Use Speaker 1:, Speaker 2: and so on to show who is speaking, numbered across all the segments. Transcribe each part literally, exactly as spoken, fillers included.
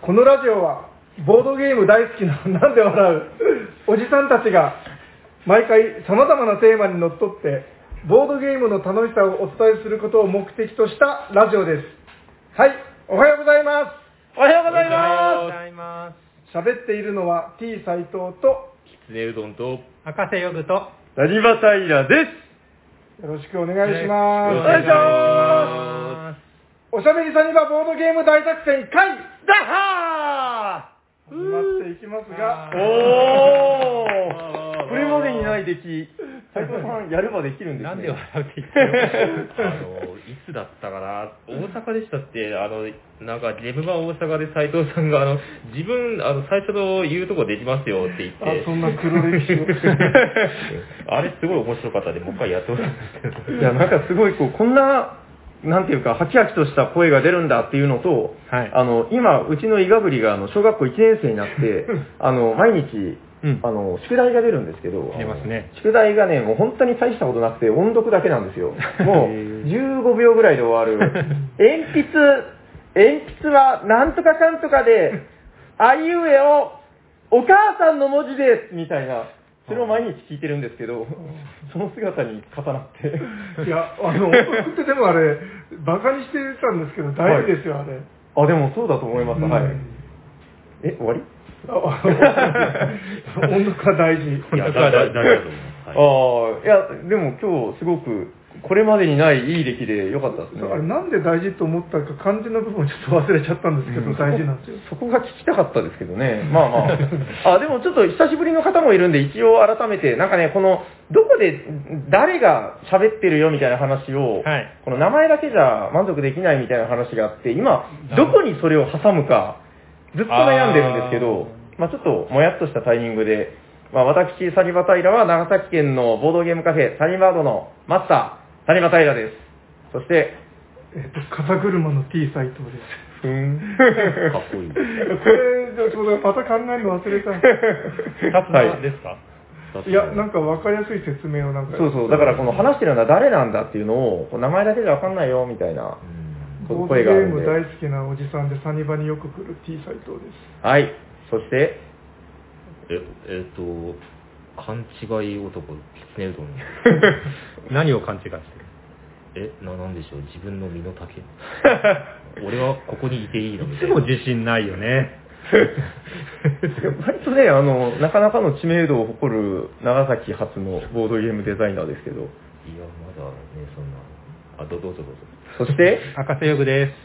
Speaker 1: このラジオはボードゲーム大好きななんで笑うおじさんたちが毎回さまざまなテーマにのっとってボードゲームの楽しさをお伝えすることを目的としたラジオです。はい、おはようございます。
Speaker 2: おはようございます。
Speaker 1: 喋っているのは T 斎藤と
Speaker 3: きつねうどんと
Speaker 2: 赤瀬ヨグと
Speaker 4: サニバタイラです。
Speaker 1: よろしくお願いします。
Speaker 4: お願いします。
Speaker 1: おしゃべりサニバボードゲーム大作戦会
Speaker 4: ダッハ
Speaker 1: 始まっていきますが、
Speaker 4: ーおーこれまでにない出来、斉藤さんやればできるんですね。
Speaker 2: なんで笑うって言ってる
Speaker 3: あのいつだったかな、大阪でしたって。あのなんかゲームマ大阪で斉藤さんがあの自分あの最初の言うとこできますよって言って、
Speaker 1: あ、そんな黒歴史を
Speaker 3: あれすごい面白かったんでもう一回やってほしいんですけど、
Speaker 4: いやなんかすごいこうこんななんていうかハキハキとした声が出るんだっていうのと、
Speaker 2: はい、
Speaker 4: あの今うちのイガブリがあの小学校いちねん生になってあの毎日、うん、あの宿題が出るんですけど、
Speaker 2: 出ますね。
Speaker 4: 宿題がねもう本当に大したことなくて音読だけなんですよ。もうじゅうごびょうぐらいで終わる。鉛筆鉛筆はなんとかかんとかであいうえをお母さんの文字でみたいな。それを毎日聞いてるんですけど、その姿に重なって。
Speaker 1: いや、あの、音読ってでもあれ、バカにしてたんですけど、大事ですよ、はい、あれ。
Speaker 4: あ、でもそうだと思います。はい。え、終わり
Speaker 1: 音読は大事。
Speaker 3: いや、大事だと思います。
Speaker 4: はい、ああ、いや、でも今日すごく、これまでにないいい出来で良かったですね。
Speaker 1: あれなんで大事と思ったか漢字の部分ちょっと忘れちゃったんですけど、うん、大事なんですよ。
Speaker 4: そこが聞きたかったですけどね。まあまあ。あ、でもちょっと久しぶりの方もいるんで、一応改めて、なんかね、この、どこで誰が喋ってるよみたいな話を、はい、この名前だけじゃ満足できないみたいな話があって、今、どこにそれを挟むか、ずっと悩んでるんですけど、まあちょっともやっとしたタイミングで、まあ私、サニバタイラは長崎県のボードゲームカフェ、サニバードのマスター、サニバタイラです。そして、
Speaker 1: えっと、風車の T 斎藤です。
Speaker 4: ふん。
Speaker 3: かっこいい。
Speaker 1: これ、ちょっとまた考えるの忘れた。
Speaker 2: はい、ですか？
Speaker 1: いや、なんか分かりやすい説明をなんか。
Speaker 4: そうそう、だからこの話してるのは誰なんだっていうのを、名前だけじゃ分かんないよみたいな
Speaker 1: ボードゲーム大好きなおじさんでサニバによく来る T 斎藤です。
Speaker 4: はい。そして、
Speaker 3: え、えっと、勘違い男、きつねうどん。
Speaker 2: 何を勘違いしてる？
Speaker 3: え、な、なんでしょう、自分の身の丈俺はここにいていいのみたいな。
Speaker 2: いつも自信ないよね。
Speaker 4: 割とね、あの、なかなかの知名度を誇る長崎発のボードゲームデザイナーですけど。いや、
Speaker 3: まだね、そんな。あ、どうぞどうぞ。
Speaker 4: そして、
Speaker 2: 赤瀬ヨグです。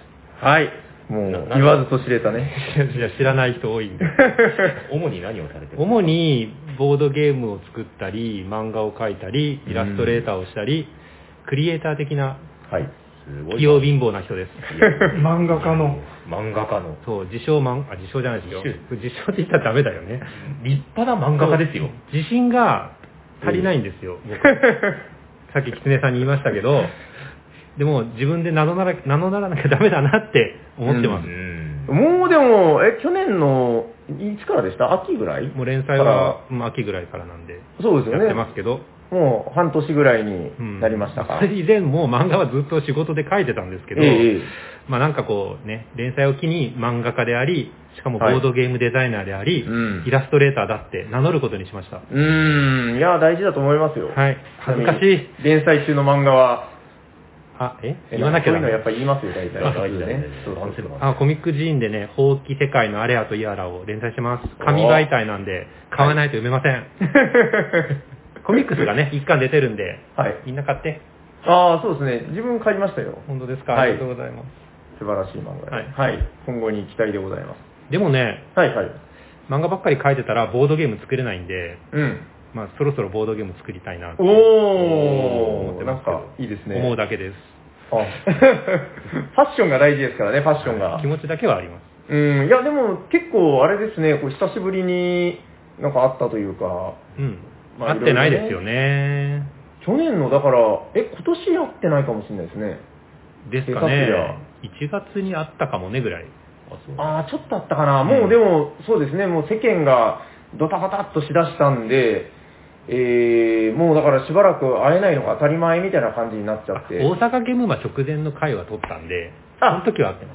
Speaker 4: はい。もう、言わずと知れたね。
Speaker 2: いや、知らない人多いんで。
Speaker 3: 主に何をされてる？
Speaker 2: 主に、ボードゲームを作ったり、漫画を描いたり、イラストレーターをしたり、クリエイター的な、
Speaker 4: はい。
Speaker 2: 器用貧乏な人です。
Speaker 1: 漫画家の。
Speaker 3: 漫画家の。
Speaker 2: そう、自称漫、あ、自称じゃないですよ。自称って言ったらダメだよね。
Speaker 3: 立派な漫画家ですよ。
Speaker 2: 自信が足りないんですよ、僕。さっきキツネさんに言いましたけど、でも自分で名乗らな名乗らなきゃダメだなって思ってます。
Speaker 4: うんうん、もうでも、え、去年の、いつからでした？秋ぐらい？
Speaker 2: もう連載は、まあ、秋ぐらいからなんで。
Speaker 4: そうですよね。
Speaker 2: やってますけど。
Speaker 4: もう半年ぐらいになりましたか。
Speaker 2: うん、以前も漫画はずっと仕事で書いてたんですけど、ええ、まあなんかこうね、連載を機に漫画家であり、しかもボードゲームデザイナーであり、はい、うん、イラストレーターだって名乗ることにしました。
Speaker 4: うーん、いや、大事だと思いますよ。
Speaker 2: はい。恥ずかしい。
Speaker 4: 連載中の漫画は、
Speaker 2: あ、え言わなきゃ
Speaker 4: ダメ。そういうのやっぱり言いますよ、大体。
Speaker 3: あ、大事だね。
Speaker 2: あ、コミックジーンでね、ほうき世界のアレアとイアラを連載してます。紙媒体なんで、買わないと読めません。コミックスがね、一巻出てるんで、はい、みんな買って。
Speaker 4: ああ、そうですね。自分買いましたよ。
Speaker 2: 本当ですか、はい、ありがとうございます。
Speaker 4: 素晴らしい漫画、はい、はい。今後に期待でございます。
Speaker 2: でもね、
Speaker 4: はいはい。
Speaker 2: 漫画ばっかり書いてたらボードゲーム作れないんで、
Speaker 4: うん。
Speaker 2: まあそろそろボードゲーム作りたいなって
Speaker 4: 思ってますけど。なんかいいですね。
Speaker 2: 思うだけです。
Speaker 4: あファッションが大事ですからね、ファッションが。
Speaker 2: 気持ちだけはあります。
Speaker 4: うん、いやでも結構あれですね、こう久しぶりになんかあったというか。
Speaker 2: うん。まあ、会ってないですよね。
Speaker 4: 去年のだから、え、今年会ってないかもしれないですね。
Speaker 2: ですかね。いちがつに会ったかもねぐらい。
Speaker 4: ああ、ちょっとあったかな。もうでも、そうですね、もう世間がドタバタっとしだしたんで、えー、もうだからしばらく会えないのが当たり前みたいな感じになっちゃって。
Speaker 2: 大阪ゲームマ直前の回は撮ったんで、その時は会ってます。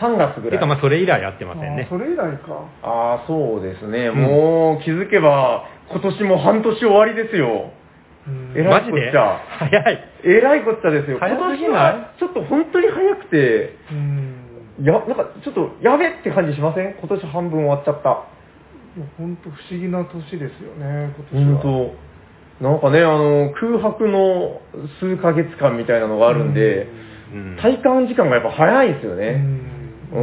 Speaker 4: さんがつぐらい。
Speaker 2: てかまあそれ以来やってませんね。
Speaker 1: それ以来か。
Speaker 4: ああ、そうですね。もう気づけば、今年も半年終わりですよ。えらいこっちゃ。
Speaker 2: 早い。
Speaker 4: えらいこっちゃですよ。今
Speaker 2: 早すぎ
Speaker 4: 年
Speaker 2: ない
Speaker 4: はちょっと本当に早くて、
Speaker 1: うん。
Speaker 4: や、なんかちょっとやべって感じしません？今年半分終わっちゃった。
Speaker 1: 本当不思議な年ですよね、今年は。
Speaker 4: 本当。なんかね、あの、空白の数ヶ月間みたいなのがあるんで、
Speaker 2: うん、
Speaker 4: 体感時間がやっぱ早いんですよね。
Speaker 1: うん。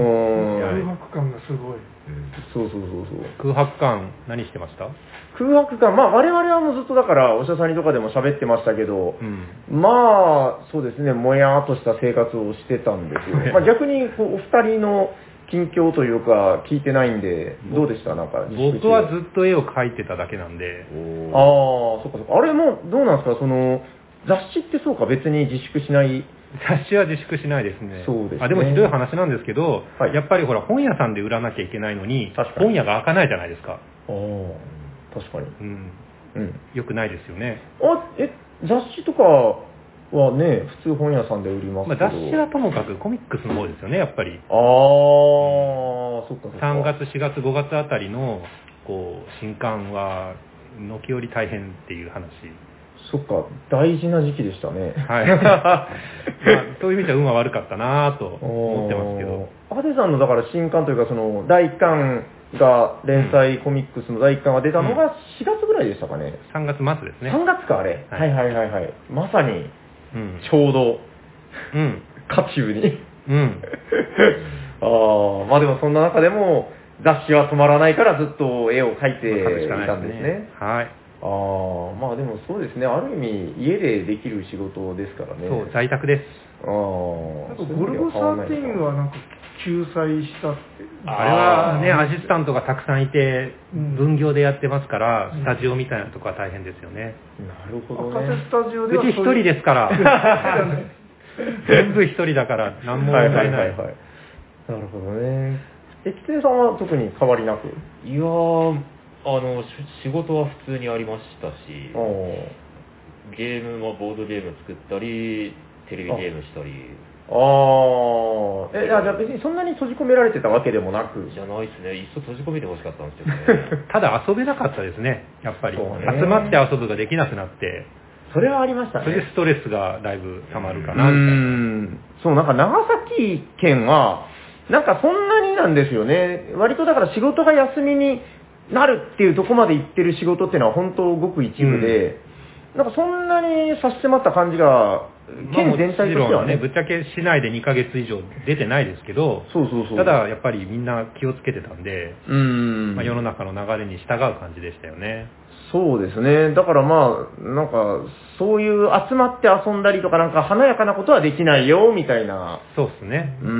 Speaker 4: うん。
Speaker 1: 空白感がすごい。
Speaker 4: そうそうそうそう。
Speaker 2: 空白感何してました？
Speaker 4: 空白感、まあ我々はもうずっとだからお医者さんにとかでも喋ってましたけど、
Speaker 2: うん、
Speaker 4: まあそうですね、もやーっとした生活をしてたんですよ。まあ逆にこうお二人の近況というか聞いてないんで、どうでしたなんか
Speaker 2: 僕はずっと絵を描いてただけなんで。
Speaker 4: ああ、そっかそっか。あれもどうなんですか、その雑誌ってそうか別に自粛しない。
Speaker 2: 雑誌は自粛しないですね。
Speaker 4: そうですね。
Speaker 2: あ、でもひどい話なんですけど、
Speaker 4: はい、
Speaker 2: やっぱりほら本屋さんで売らなきゃいけないのに、本屋が開かないじゃないですか。
Speaker 4: ああ、確かに。
Speaker 2: うん。
Speaker 4: うん。
Speaker 2: よくないですよね。
Speaker 4: あ、え、雑誌とかはね、普通本屋さんで売りますけど。
Speaker 2: まあ、雑誌はともかくコミックスの方ですよね、やっぱり。
Speaker 4: ああ、そっかそっか。
Speaker 2: さんがつ、しがつ、ごがつあたりの、こう、新刊は、軒より大変っていう話。
Speaker 4: そっか、大事な時期でしたね。
Speaker 2: はい。まあ、そういう意味では運は悪かったなと思ってますけど。
Speaker 4: アデさんのだから新刊というか、その、だいいっかんが、連載コミックスのだいいっかんが出たのがしがつぐらいでしたかね。
Speaker 2: さんがつまつですね。
Speaker 4: さんがつか、あれ。はい、はい、はいはい。まさに、
Speaker 2: うん、
Speaker 4: ちょうど、
Speaker 2: うん。
Speaker 4: 渦中に。
Speaker 2: うん。
Speaker 4: ああ、まあでもそんな中でも、雑誌は止まらないからずっと絵を描いていたんですね。
Speaker 2: はい。
Speaker 4: ああ、まあでもそうですね。ある意味、家でできる仕事ですからね。
Speaker 2: そう、在宅です。
Speaker 4: ああ。
Speaker 1: なんかゴルゴさんてんはなんか救済したって。
Speaker 2: あれはね、アシスタントがたくさんいて、分業でやってますから、スタジオみたいなとこは大変ですよね。
Speaker 4: なるほどね。
Speaker 1: 博士スタジオでは
Speaker 2: うち一人ですから。全部一人だから、何も問題ない。
Speaker 4: はいはいはいはい。なるほどね。え、きつねさんは特に変わりなく？
Speaker 3: いやー、あの、し仕事は普通にありましたし、ゲームはボードゲーム作ったり、テレビゲームしたり。
Speaker 4: ああ、え、じゃあ別にそんなに閉じ込められてたわけでもなく。
Speaker 3: じゃないですね。いっそ閉じ込めてほしかったんですよね。
Speaker 2: ただ遊べなかったですね、やっぱり。
Speaker 4: そうね
Speaker 2: 集まって遊ぶができなくなって。
Speaker 4: それはありましたね。
Speaker 2: それでストレスがだいぶ溜まるか
Speaker 4: う
Speaker 2: な、みたいな。
Speaker 4: ん。そう、なんか長崎県は、なんかそんなになんですよね。割とだから仕事が休みになるっていうとこまで行ってる仕事っていうのは本当ごく一部で、うん、なんかそんなに差し迫った感じが、県全体としてはね、
Speaker 2: まあ、ぶっちゃけ市内でにかげつ以上出てないですけど、
Speaker 4: そうそうそう。
Speaker 2: ただやっぱりみんな気をつけてたんで、
Speaker 4: うん、
Speaker 2: まあ、世の中の流れに従う感じでしたよね。
Speaker 4: そうですね。だからまあ、なんか、そういう集まって遊んだりとかなんか華やかなことはできないよ、みたいな。
Speaker 2: そうですね。
Speaker 4: うん。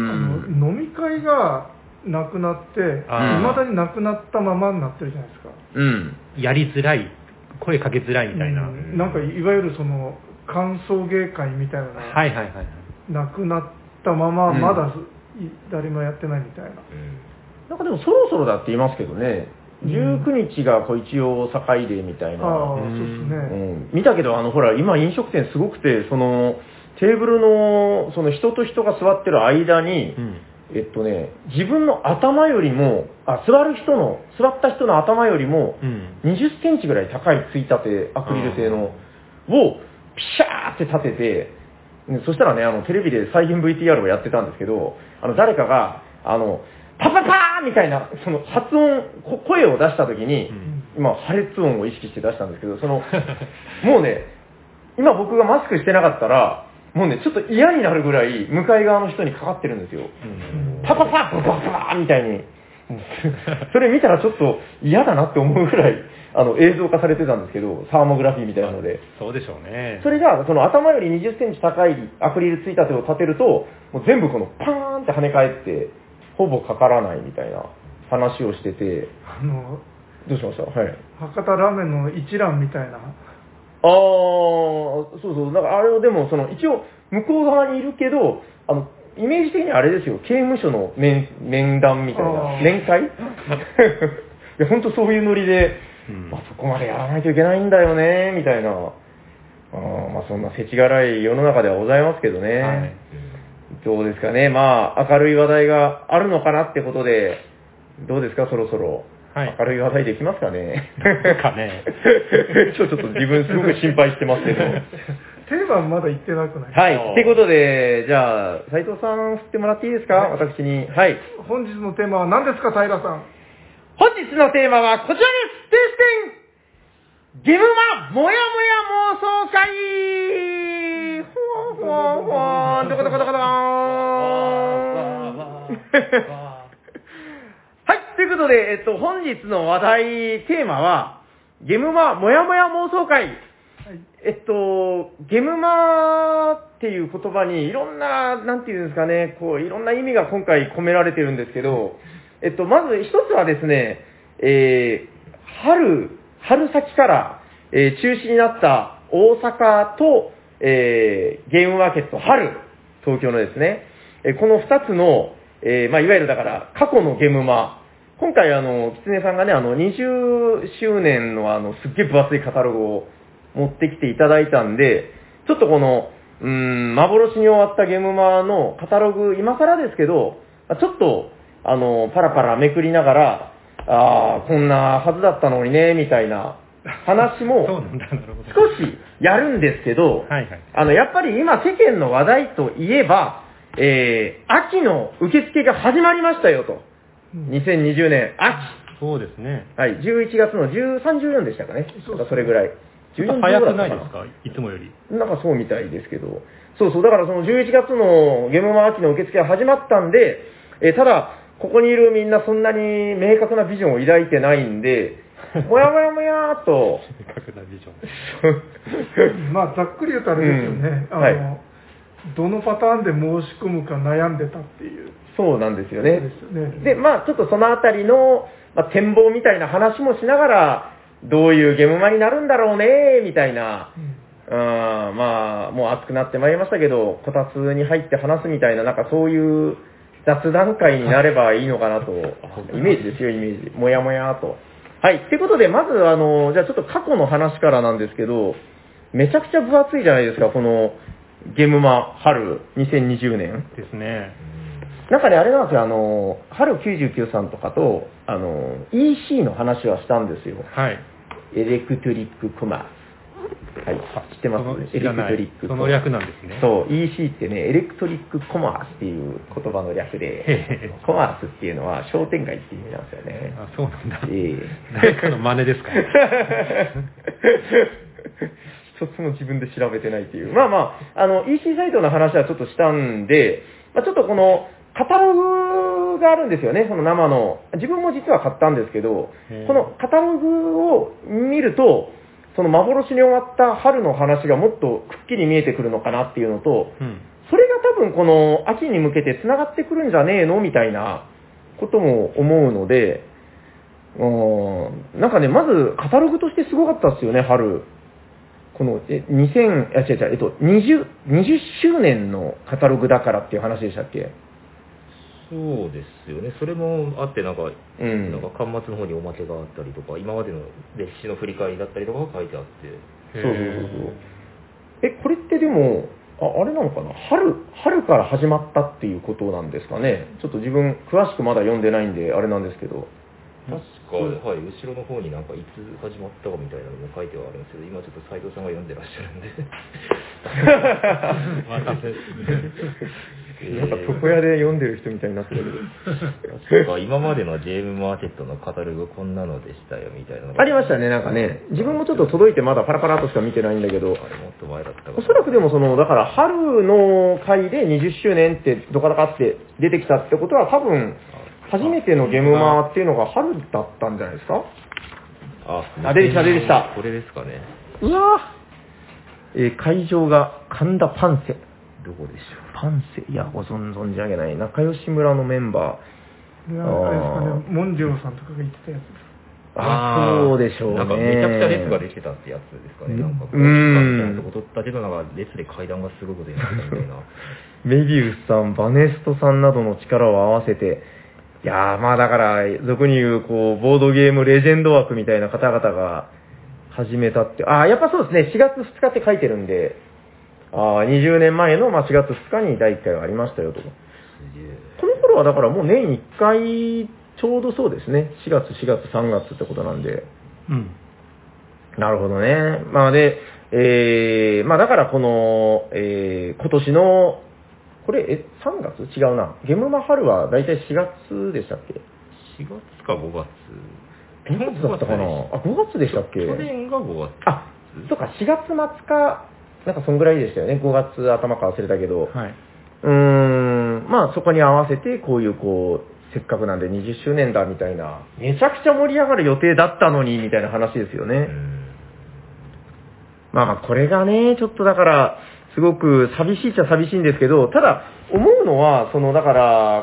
Speaker 1: 飲み会がなくなって、いまだになくなったままになってるじゃないですか。
Speaker 4: うん。
Speaker 2: やりづらい、声かけづらいみたいな。
Speaker 1: うん、なんかいわゆるその、歓送迎会みたいなのが、
Speaker 2: はいはいはい。
Speaker 1: なくなったまま、まだ、うん、誰もやってないみたいな。
Speaker 4: なんかでもそろそろだって言いますけどね。じゅうくにちがこう一応境でみたいな。
Speaker 1: ああ、そうですね、
Speaker 4: うん。見たけど、あの、ほら、今飲食店すごくて、その、テーブルの、その人と人が座ってる間に、うん、えっとね、自分の頭よりも、あ、座る人の、座った人の頭よりも、にじゅっセンチぐらい高いついたて、アクリル製の、を、ピシャーって立てて、そしたらね、あの、テレビで再現 ブイティーアール をやってたんですけど、あの、誰かが、あの、パパパーみたいな、その発音、声を出したときに、うん、今、破裂音を意識して出したんですけど、その、もうね、今僕がマスクしてなかったら、もうね、ちょっと嫌になるぐらい、向かい側の人にかかってるんですよ。うん、パパパーパパパーみたいに。それ見たらちょっと嫌だなって思うぐらい、あの、映像化されてたんですけど、サーモグラフィーみたいなので。
Speaker 2: そうでしょうね。
Speaker 4: それが、その頭よりにじゅっセンチ高いアクリルついたてを立てると、もう全部このパーンって跳ね返って、ほぼかからないみたいな話をしてて、
Speaker 1: あの、
Speaker 4: どうしました？はい。
Speaker 1: 博多ラーメンの一覧みたいな。あ
Speaker 4: あ、そうそう。だからあれをでも、その、一応、向こう側にいるけど、あの、イメージ的にあれですよ、刑務所の面面談みたいな、面会いや、ほんとそういうノリで、うん、まあ、そこまでやらないといけないんだよね、みたいな。あまあ、そんな世知辛い世の中ではございますけどね。はい、 どうですかね。まあ、明るい話題があるのかなってことで、どうですか、そろそろ。はい、明るい話題できますかね。
Speaker 2: かね。
Speaker 4: ちょっと自分すごく心配してますけど。
Speaker 1: テーマまだ言ってなくない？
Speaker 4: はい。ってことで、じゃあ、斉藤さん振ってもらっていいですか、はい、私に。はい。
Speaker 1: 本日のテーマは何ですか、平さん。
Speaker 4: 本日のテーマはこちらです。テステンゲムマもやもや妄想会ふわふわふわーんどこどこどこどーんはい、ということで、えっと、本日の話題、テーマは、ゲムマもやもや妄想会。はい、えっと、ゲムマっていう言葉にいろんな、なんていうんですかね、こう、いろんな意味が今回込められてるんですけど、えっと、まず一つはですね、えー、春、春先から、えー、中止になった大阪と、えー、ゲームマーケット春、東京のですね、えー、この二つの、えー、まあ、いわゆるだから、過去のゲームマ、今回あの、キツネさんがね、あの、にじゅっしゅうねんのあの、すっげえ分厚いカタログを持ってきていただいたんで、ちょっとこの、うーん、幻に終わったゲームマのカタログ、今更ですけど、ちょっと、あの、パラパラめくりながら、ああ、こんなはずだったのにね、みたいな話も、少しやるんですけど、はいはい、あの、やっぱり今世間の話題といえば、えー、秋の受付が始まりましたよと。にせんにじゅうねん、秋。
Speaker 2: そうですね。
Speaker 4: はい、じゅういちがつのじゅうさん、じゅうよんでしたかね。そうか、それぐらい。
Speaker 2: ちょっと早くないですか、いつもより。
Speaker 4: なんかそうみたいですけど。そうそう、だからそのじゅういちがつのゲームマ秋の受付が始まったんで、えー、ただ、ここにいるみんなそんなに明確なビジョンを抱いてないんで、もやもやもやーっと。
Speaker 2: 明確なビジョ
Speaker 1: ン。まあ、ざっくり言うとあれですよね。うん、あの、はい、どのパターンで申し込むか悩んでたっていう。
Speaker 4: そうなんですよね。で、ね、で、まあ、ちょっとそのあたりの、まあ、展望みたいな話もしながら、どういうゲームマになるんだろうね、みたいな。うん、あまあ、もう熱くなってまいりましたけど、こたつに入って話すみたいな、なんかそういう雑談会になればいいのかなと。イメージですよ、イメージ。もやもやと。はい。ってことで、まず、あの、じゃあちょっと過去の話からなんですけど、めちゃくちゃ分厚いじゃないですか、この、ゲームマ春にせんにじゅうねん。
Speaker 2: ですね。
Speaker 4: なんかね、あれなんですよ、あの、春きゅうじゅうきゅうさんとかと、あの、イーシー の話はしたんですよ。
Speaker 2: はい。
Speaker 4: エレクトリックコマース。はい。知ってますエレクトリック
Speaker 2: その略なんですね。
Speaker 4: そう、イーシー ってね、エレクトリックコマースっていう言葉の略で、コマースっていうのは商店街っていう意味なんですよね。
Speaker 2: あ、そうなんだ。
Speaker 4: ええー。
Speaker 2: 誰かの真似ですか
Speaker 4: 一つも自分で調べてないっていう。まあまあ、あの、イーシー サイトの話はちょっとしたんで、まあ、ちょっとこの、カタログがあるんですよね、その生の。自分も実は買ったんですけど、このカタログを見ると、その幻に終わった春の話がもっとくっきり見えてくるのかなっていうのと、うん、それが多分この秋に向けて繋がってくるんじゃねえのみたいなことも思うので、うーん、なんかね、まずカタログとしてすごかったですよね、春。この、え、にせん、あ、違う違う、えっと、にじゅう、にじゅっしゅうねんのカタログだからっていう話でしたっけ？
Speaker 3: そうですよね。それもあって、なんか、うん、なんか、巻末の方におまけがあったりとか、今までの歴史の振り返りだったりとかが書いてあって。
Speaker 4: そうそうそうそう。え、これってでも、あ、あれなのかな、春、春から始まったっていうことなんですかね。ちょっと自分、詳しくまだ読んでないんで、あれなんですけど。
Speaker 3: 確か、はい、後ろの方になんかいつ始まったかみたいなのも書いてはあるんですけど、今ちょっと斉藤さんが読んでらっしゃるんで。
Speaker 2: 任せです
Speaker 4: なんか床屋で読んでる人みたいになってる
Speaker 3: けど。確か今までのゲームマーケットのカタログこんなのでしたよみたいなの
Speaker 4: ありましたね、なんかね。自分もちょっと届いてまだパラパラとしか見てないんだけど。
Speaker 3: あれもっと前だったか
Speaker 4: おそらくでもその、だから春の回でにじゅっしゅうねんってドカドカって出てきたってことは多分、初めてのゲームマーっていうのが春だったんじゃないですか？
Speaker 3: あ、
Speaker 4: あ、出てきた出てきた。
Speaker 3: これですかね。
Speaker 4: うわぁ、えー、会場が神田パンセ。
Speaker 3: どこでしょう。
Speaker 4: パンセ、いや、ご存存じ上げない。仲良し村のメンバ
Speaker 1: ー。いや、あれですかね、モンジョーさんとかが言ってたやつです。
Speaker 4: あ、そうでしょうね。
Speaker 3: なんかめちゃくちゃ列ができてたってやつですかね。なんか、こう、みたいなとこ取ったけど、なんか列で階段がすごいことになったみたいな。
Speaker 4: メビウスさん、バネストさんなどの力を合わせて、いやー、まあだから、俗に言う、こう、ボードゲームレジェンド枠みたいな方々が始めたって、あー、やっぱそうですね、しがつふつかって書いてるんで、 ああ、にじゅうねんまえの、まあ、しがつつかにだいいっかいがありましたよと。この頃はだからもう年いっかいちょうどそうですね。しがつ、しがつ、さんがつってことなんで。
Speaker 2: うん。
Speaker 4: なるほどね。まあで、えー、まあだからこの、えー、今年の、これ、え、さんがつ違うな。ゲムマ春はだいたいしがつでしたっけ？
Speaker 3: しがつかごがつ。
Speaker 4: ごがつだったかなあ、ごがつでしたっけ？
Speaker 3: 去年がごがつ。
Speaker 4: あ、そうか、しがつまつか、なんかそんぐらいでしたよね。ごがつ頭か忘れたけど。
Speaker 2: はい。
Speaker 4: うーん、まあそこに合わせて、こういうこう、せっかくなんでにじゅっしゅうねんだみたいな、めちゃくちゃ盛り上がる予定だったのに、みたいな話ですよね。まあまあこれがね、ちょっとだから、すごく寂しいっちゃ寂しいんですけど、ただ、思うのは、その、だから、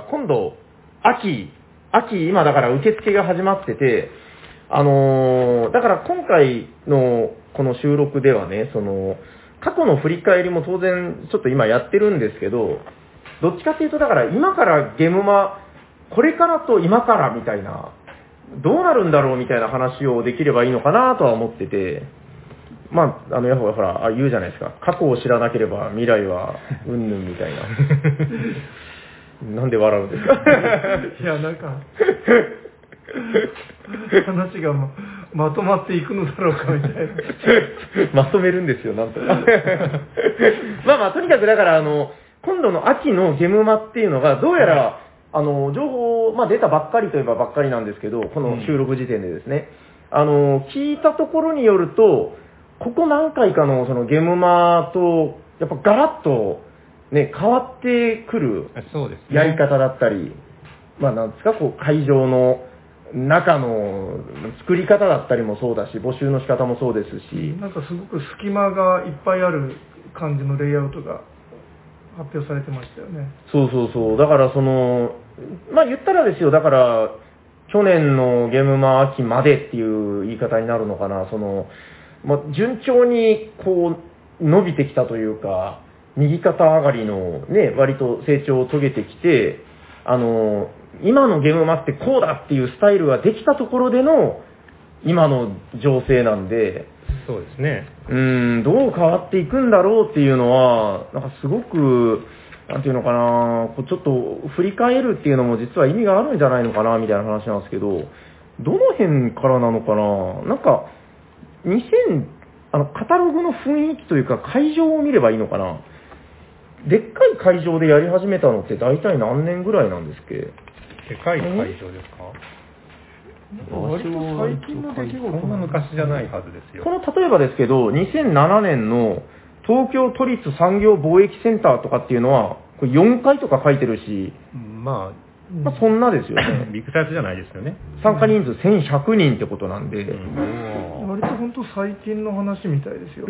Speaker 4: 今度、秋、秋、今だから受付が始まってて、あのー、だから今回のこの収録ではね、その、過去の振り返りも当然ちょっと今やってるんですけど、どっちかっていうとだから今からゲームマ、これからと今からみたいな、どうなるんだろうみたいな話をできればいいのかなとは思ってて、まあ、あの、やっぱほら、あ、言うじゃないですか。過去を知らなければ未来はうんぬんみたいな。なんで笑うんですか
Speaker 1: いや、なんか、話が ま, まとまっていくのだろうかみたいな。
Speaker 4: まとめるんですよ、なんとか。まあまあ、とにかくだから、あの、今度の秋のゲムマっていうのが、どうやら、あの、情報、まあ出たばっかりといえばばっかりなんですけど、この収録時点でですね、うん、あの、聞いたところによると、ここ何回かのそのゲムマと、やっぱガラッと、ね、変わってくるやり方だったり、まあなんですか、こう会場の中の作り方だったりもそうだし、募集の仕方もそうですし、
Speaker 1: なんかすごく隙間がいっぱいある感じのレイアウトが発表されてましたよね。
Speaker 4: そうそうそう。だからその、まあ言ったらですよ、だから去年のゲームマ秋までっていう言い方になるのかな、その、まあ順調にこう伸びてきたというか、右肩上がりのね、割と成長を遂げてきて、あの、今のゲームマってこうだっていうスタイルができたところでの今の情勢なんで、
Speaker 2: そうですね。
Speaker 4: うーん、どう変わっていくんだろうっていうのは、なんかすごく、なんていうのかな、こうちょっと振り返るっていうのも実は意味があるんじゃないのかな、みたいな話なんですけど、どの辺からなのかな、なんか、にせん、あの、カタログの雰囲気というか会場を見ればいいのかな。でっかい会場でやり始めたのって大体何年ぐらいなんですっけ？
Speaker 2: でかい会場ですか？
Speaker 1: 割と最近の出来事。
Speaker 2: そんな昔じゃないはずですよ。
Speaker 4: この例えばですけど、にせんななねんの東京都立産業貿易センターとかっていうのは、これよんかいとか書いてるし、
Speaker 2: まあ、
Speaker 4: まあ、そんなですよね。
Speaker 2: ビッグサイズじゃないですよね。
Speaker 4: 参加人数せんひゃくにんってことなんで、うん、
Speaker 1: 割と本当最近の話みたいですよ。
Speaker 4: うん、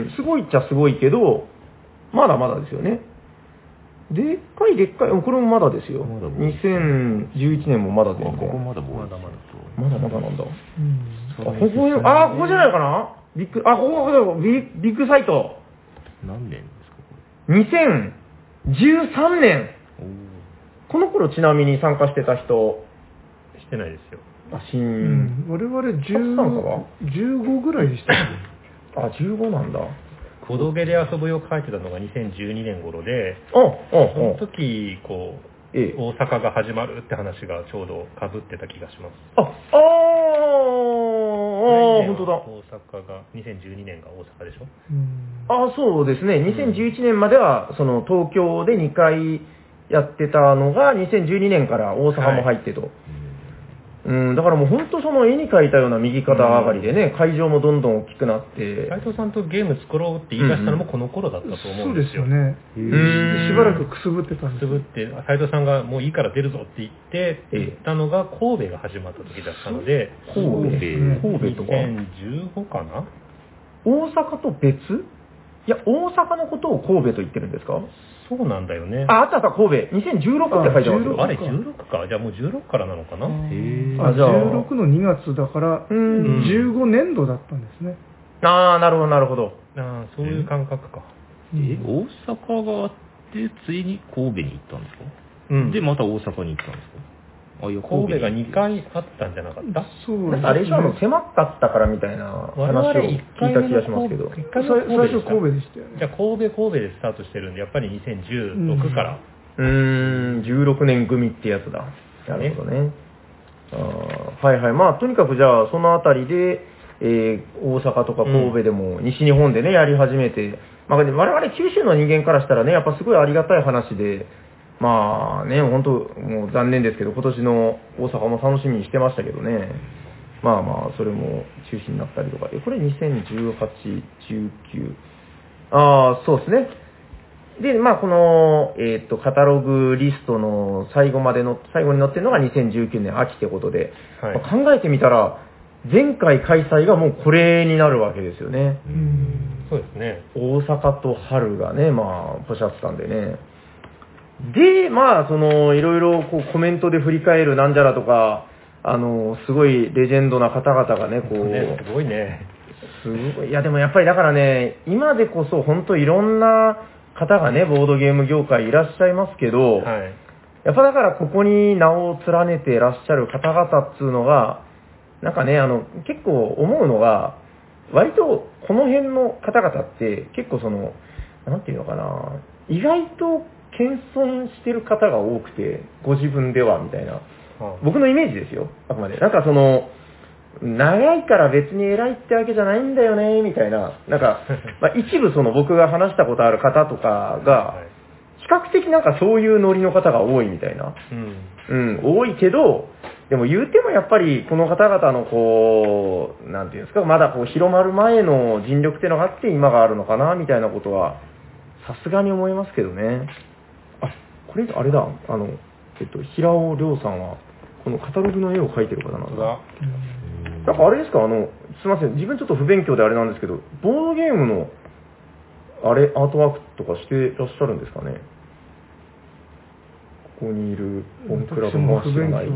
Speaker 4: すごいっちゃすごいけど、まだまだですよね。でっかいでっかい、これもまだですよ。まだにせんじゅういちねんもまだ全然。
Speaker 3: ここまだまだまだ
Speaker 4: まだまだなんだ。うん、あ、ここ、あ、ここじゃないかなビッグ、あ、ここ、ここビビッグサイト。
Speaker 3: 何年ですかこ
Speaker 4: れ？にせんじゅうさんねん。この頃ちなみに参加してた人。
Speaker 2: してないですよ。
Speaker 4: あ、新、う
Speaker 1: ん、我々じゅう、じゅうごぐらいでしたね。
Speaker 4: あ、じゅうごなんだ。
Speaker 2: コドゲで遊ぶよ書いてたのがにせんじゅうにねん頃で、
Speaker 4: あ、あ、
Speaker 2: その時、こう、ええ、大阪が始まるって話がちょうど被ってた気がします。
Speaker 4: あ、ああ、本当だ。
Speaker 2: 大阪が、にせんじゅうにねんが大阪でしょ？
Speaker 4: うん、あ、そうですね。にせんじゅういちねんまでは、その東京でにかいやってたのが、にせんじゅうにねんから大阪も入ってと。はい、うん、だからもう本当その絵に描いたような右肩上がりでね、会場もどんどん大きくなって。
Speaker 2: 斉藤さんとゲーム作ろうって言い出したのもこの頃だったと思うんですよ。
Speaker 1: そうですよね。でしばらくくすぶってたんです。
Speaker 2: くすぶって、斉藤さんがもういいから出るぞって言って、言ったのが神戸が始まった時だったので、
Speaker 4: 神戸、ね、神戸とか。
Speaker 2: にせんじゅうごかな？
Speaker 4: 大阪と別？いや、大阪のことを神戸と言ってるんですか？
Speaker 2: そうなんだよね。
Speaker 4: あ、あったあった、神戸。にせんじゅうろくって書いてますよ。
Speaker 2: あれ、じゅうろくか。じゃあもうじゅうろくからなのかな。へ
Speaker 1: あ、じゃあ。じゅうろくのにがつだから、じゅうごねんどだったんですね。
Speaker 4: ああ、なるほど、なるほど。
Speaker 2: ああ、そういう感覚か。
Speaker 3: え、大阪があって、ついに神戸に行ったんですか？
Speaker 2: うん。
Speaker 3: で、また大阪に行ったんですか？
Speaker 2: 神戸がにかいあったんじゃなかった？
Speaker 1: そう
Speaker 4: なんかあれ以上の狭かったからみたいな話を聞いた気がしますけど。
Speaker 1: 最初神戸でしたよね。
Speaker 2: じゃあ神戸神戸でスタートしてるんで、やっぱりにせんじゅうろくから。
Speaker 4: うーん、じゅうろくねん組ってやつだ。なるほどね。あはいはい。まあとにかくじゃあそのあたりで、えー、大阪とか神戸でも西日本でね、やり始めて、まあ、我々九州の人間からしたらね、やっぱすごいありがたい話で、まあね、本当もう残念ですけど、今年の大阪も楽しみにしてましたけどね。まあまあ、それも中止になったりとか。え、これにせんじゅうはち、じゅうきゅう。ああ、そうですね。で、まあこの、えっと、カタログリストの最後までの、最後に載ってるのがにせんじゅうきゅうねん秋ってことで、はい、まあ、考えてみたら、前回開催がもうこれになるわけですよね。
Speaker 2: うん、そうですね。
Speaker 4: 大阪と春がね、まあ、ポシャってたんでね。で、まあ、その、いろいろこうコメントで振り返るなんじゃらとか、あの、すごいレジェンドな方々がね、こう。
Speaker 2: ね、すごいね。
Speaker 4: すごい。いや、でもやっぱりだからね、今でこそ本当いろんな方がね、ボードゲーム業界いらっしゃいますけど、はい、やっぱだからここに名を連ねていらっしゃる方々っていうのが、なんかね、あの、結構思うのが、割とこの辺の方々って結構その、なんていうのかな、意外と謙遜してる方が多くて、ご自分ではみたいな。僕のイメージですよ、あくまで。なんかその、長いから別に偉いってわけじゃないんだよね、みたいな。なんか、まあ、一部その僕が話したことある方とかが、比較的なんかそういうノリの方が多いみたいな。うん、うん、多いけど、でも言うてもやっぱりこの方々のこう、なんていうんですか、まだこう広まる前の尽力っていうのがあって今があるのかな、みたいなことは、さすがに思いますけどね。あ、これあれだ、あの、えっと、平尾亮さんは、このカタログの絵を描いてる方なんだ。なんかあれですか、あの、すいません、自分ちょっと不勉強であれなんですけど、ボードゲームの、あれ、アートワークとかしてらっしゃるんですかね。ここにいるボンクラブも知らない。うん、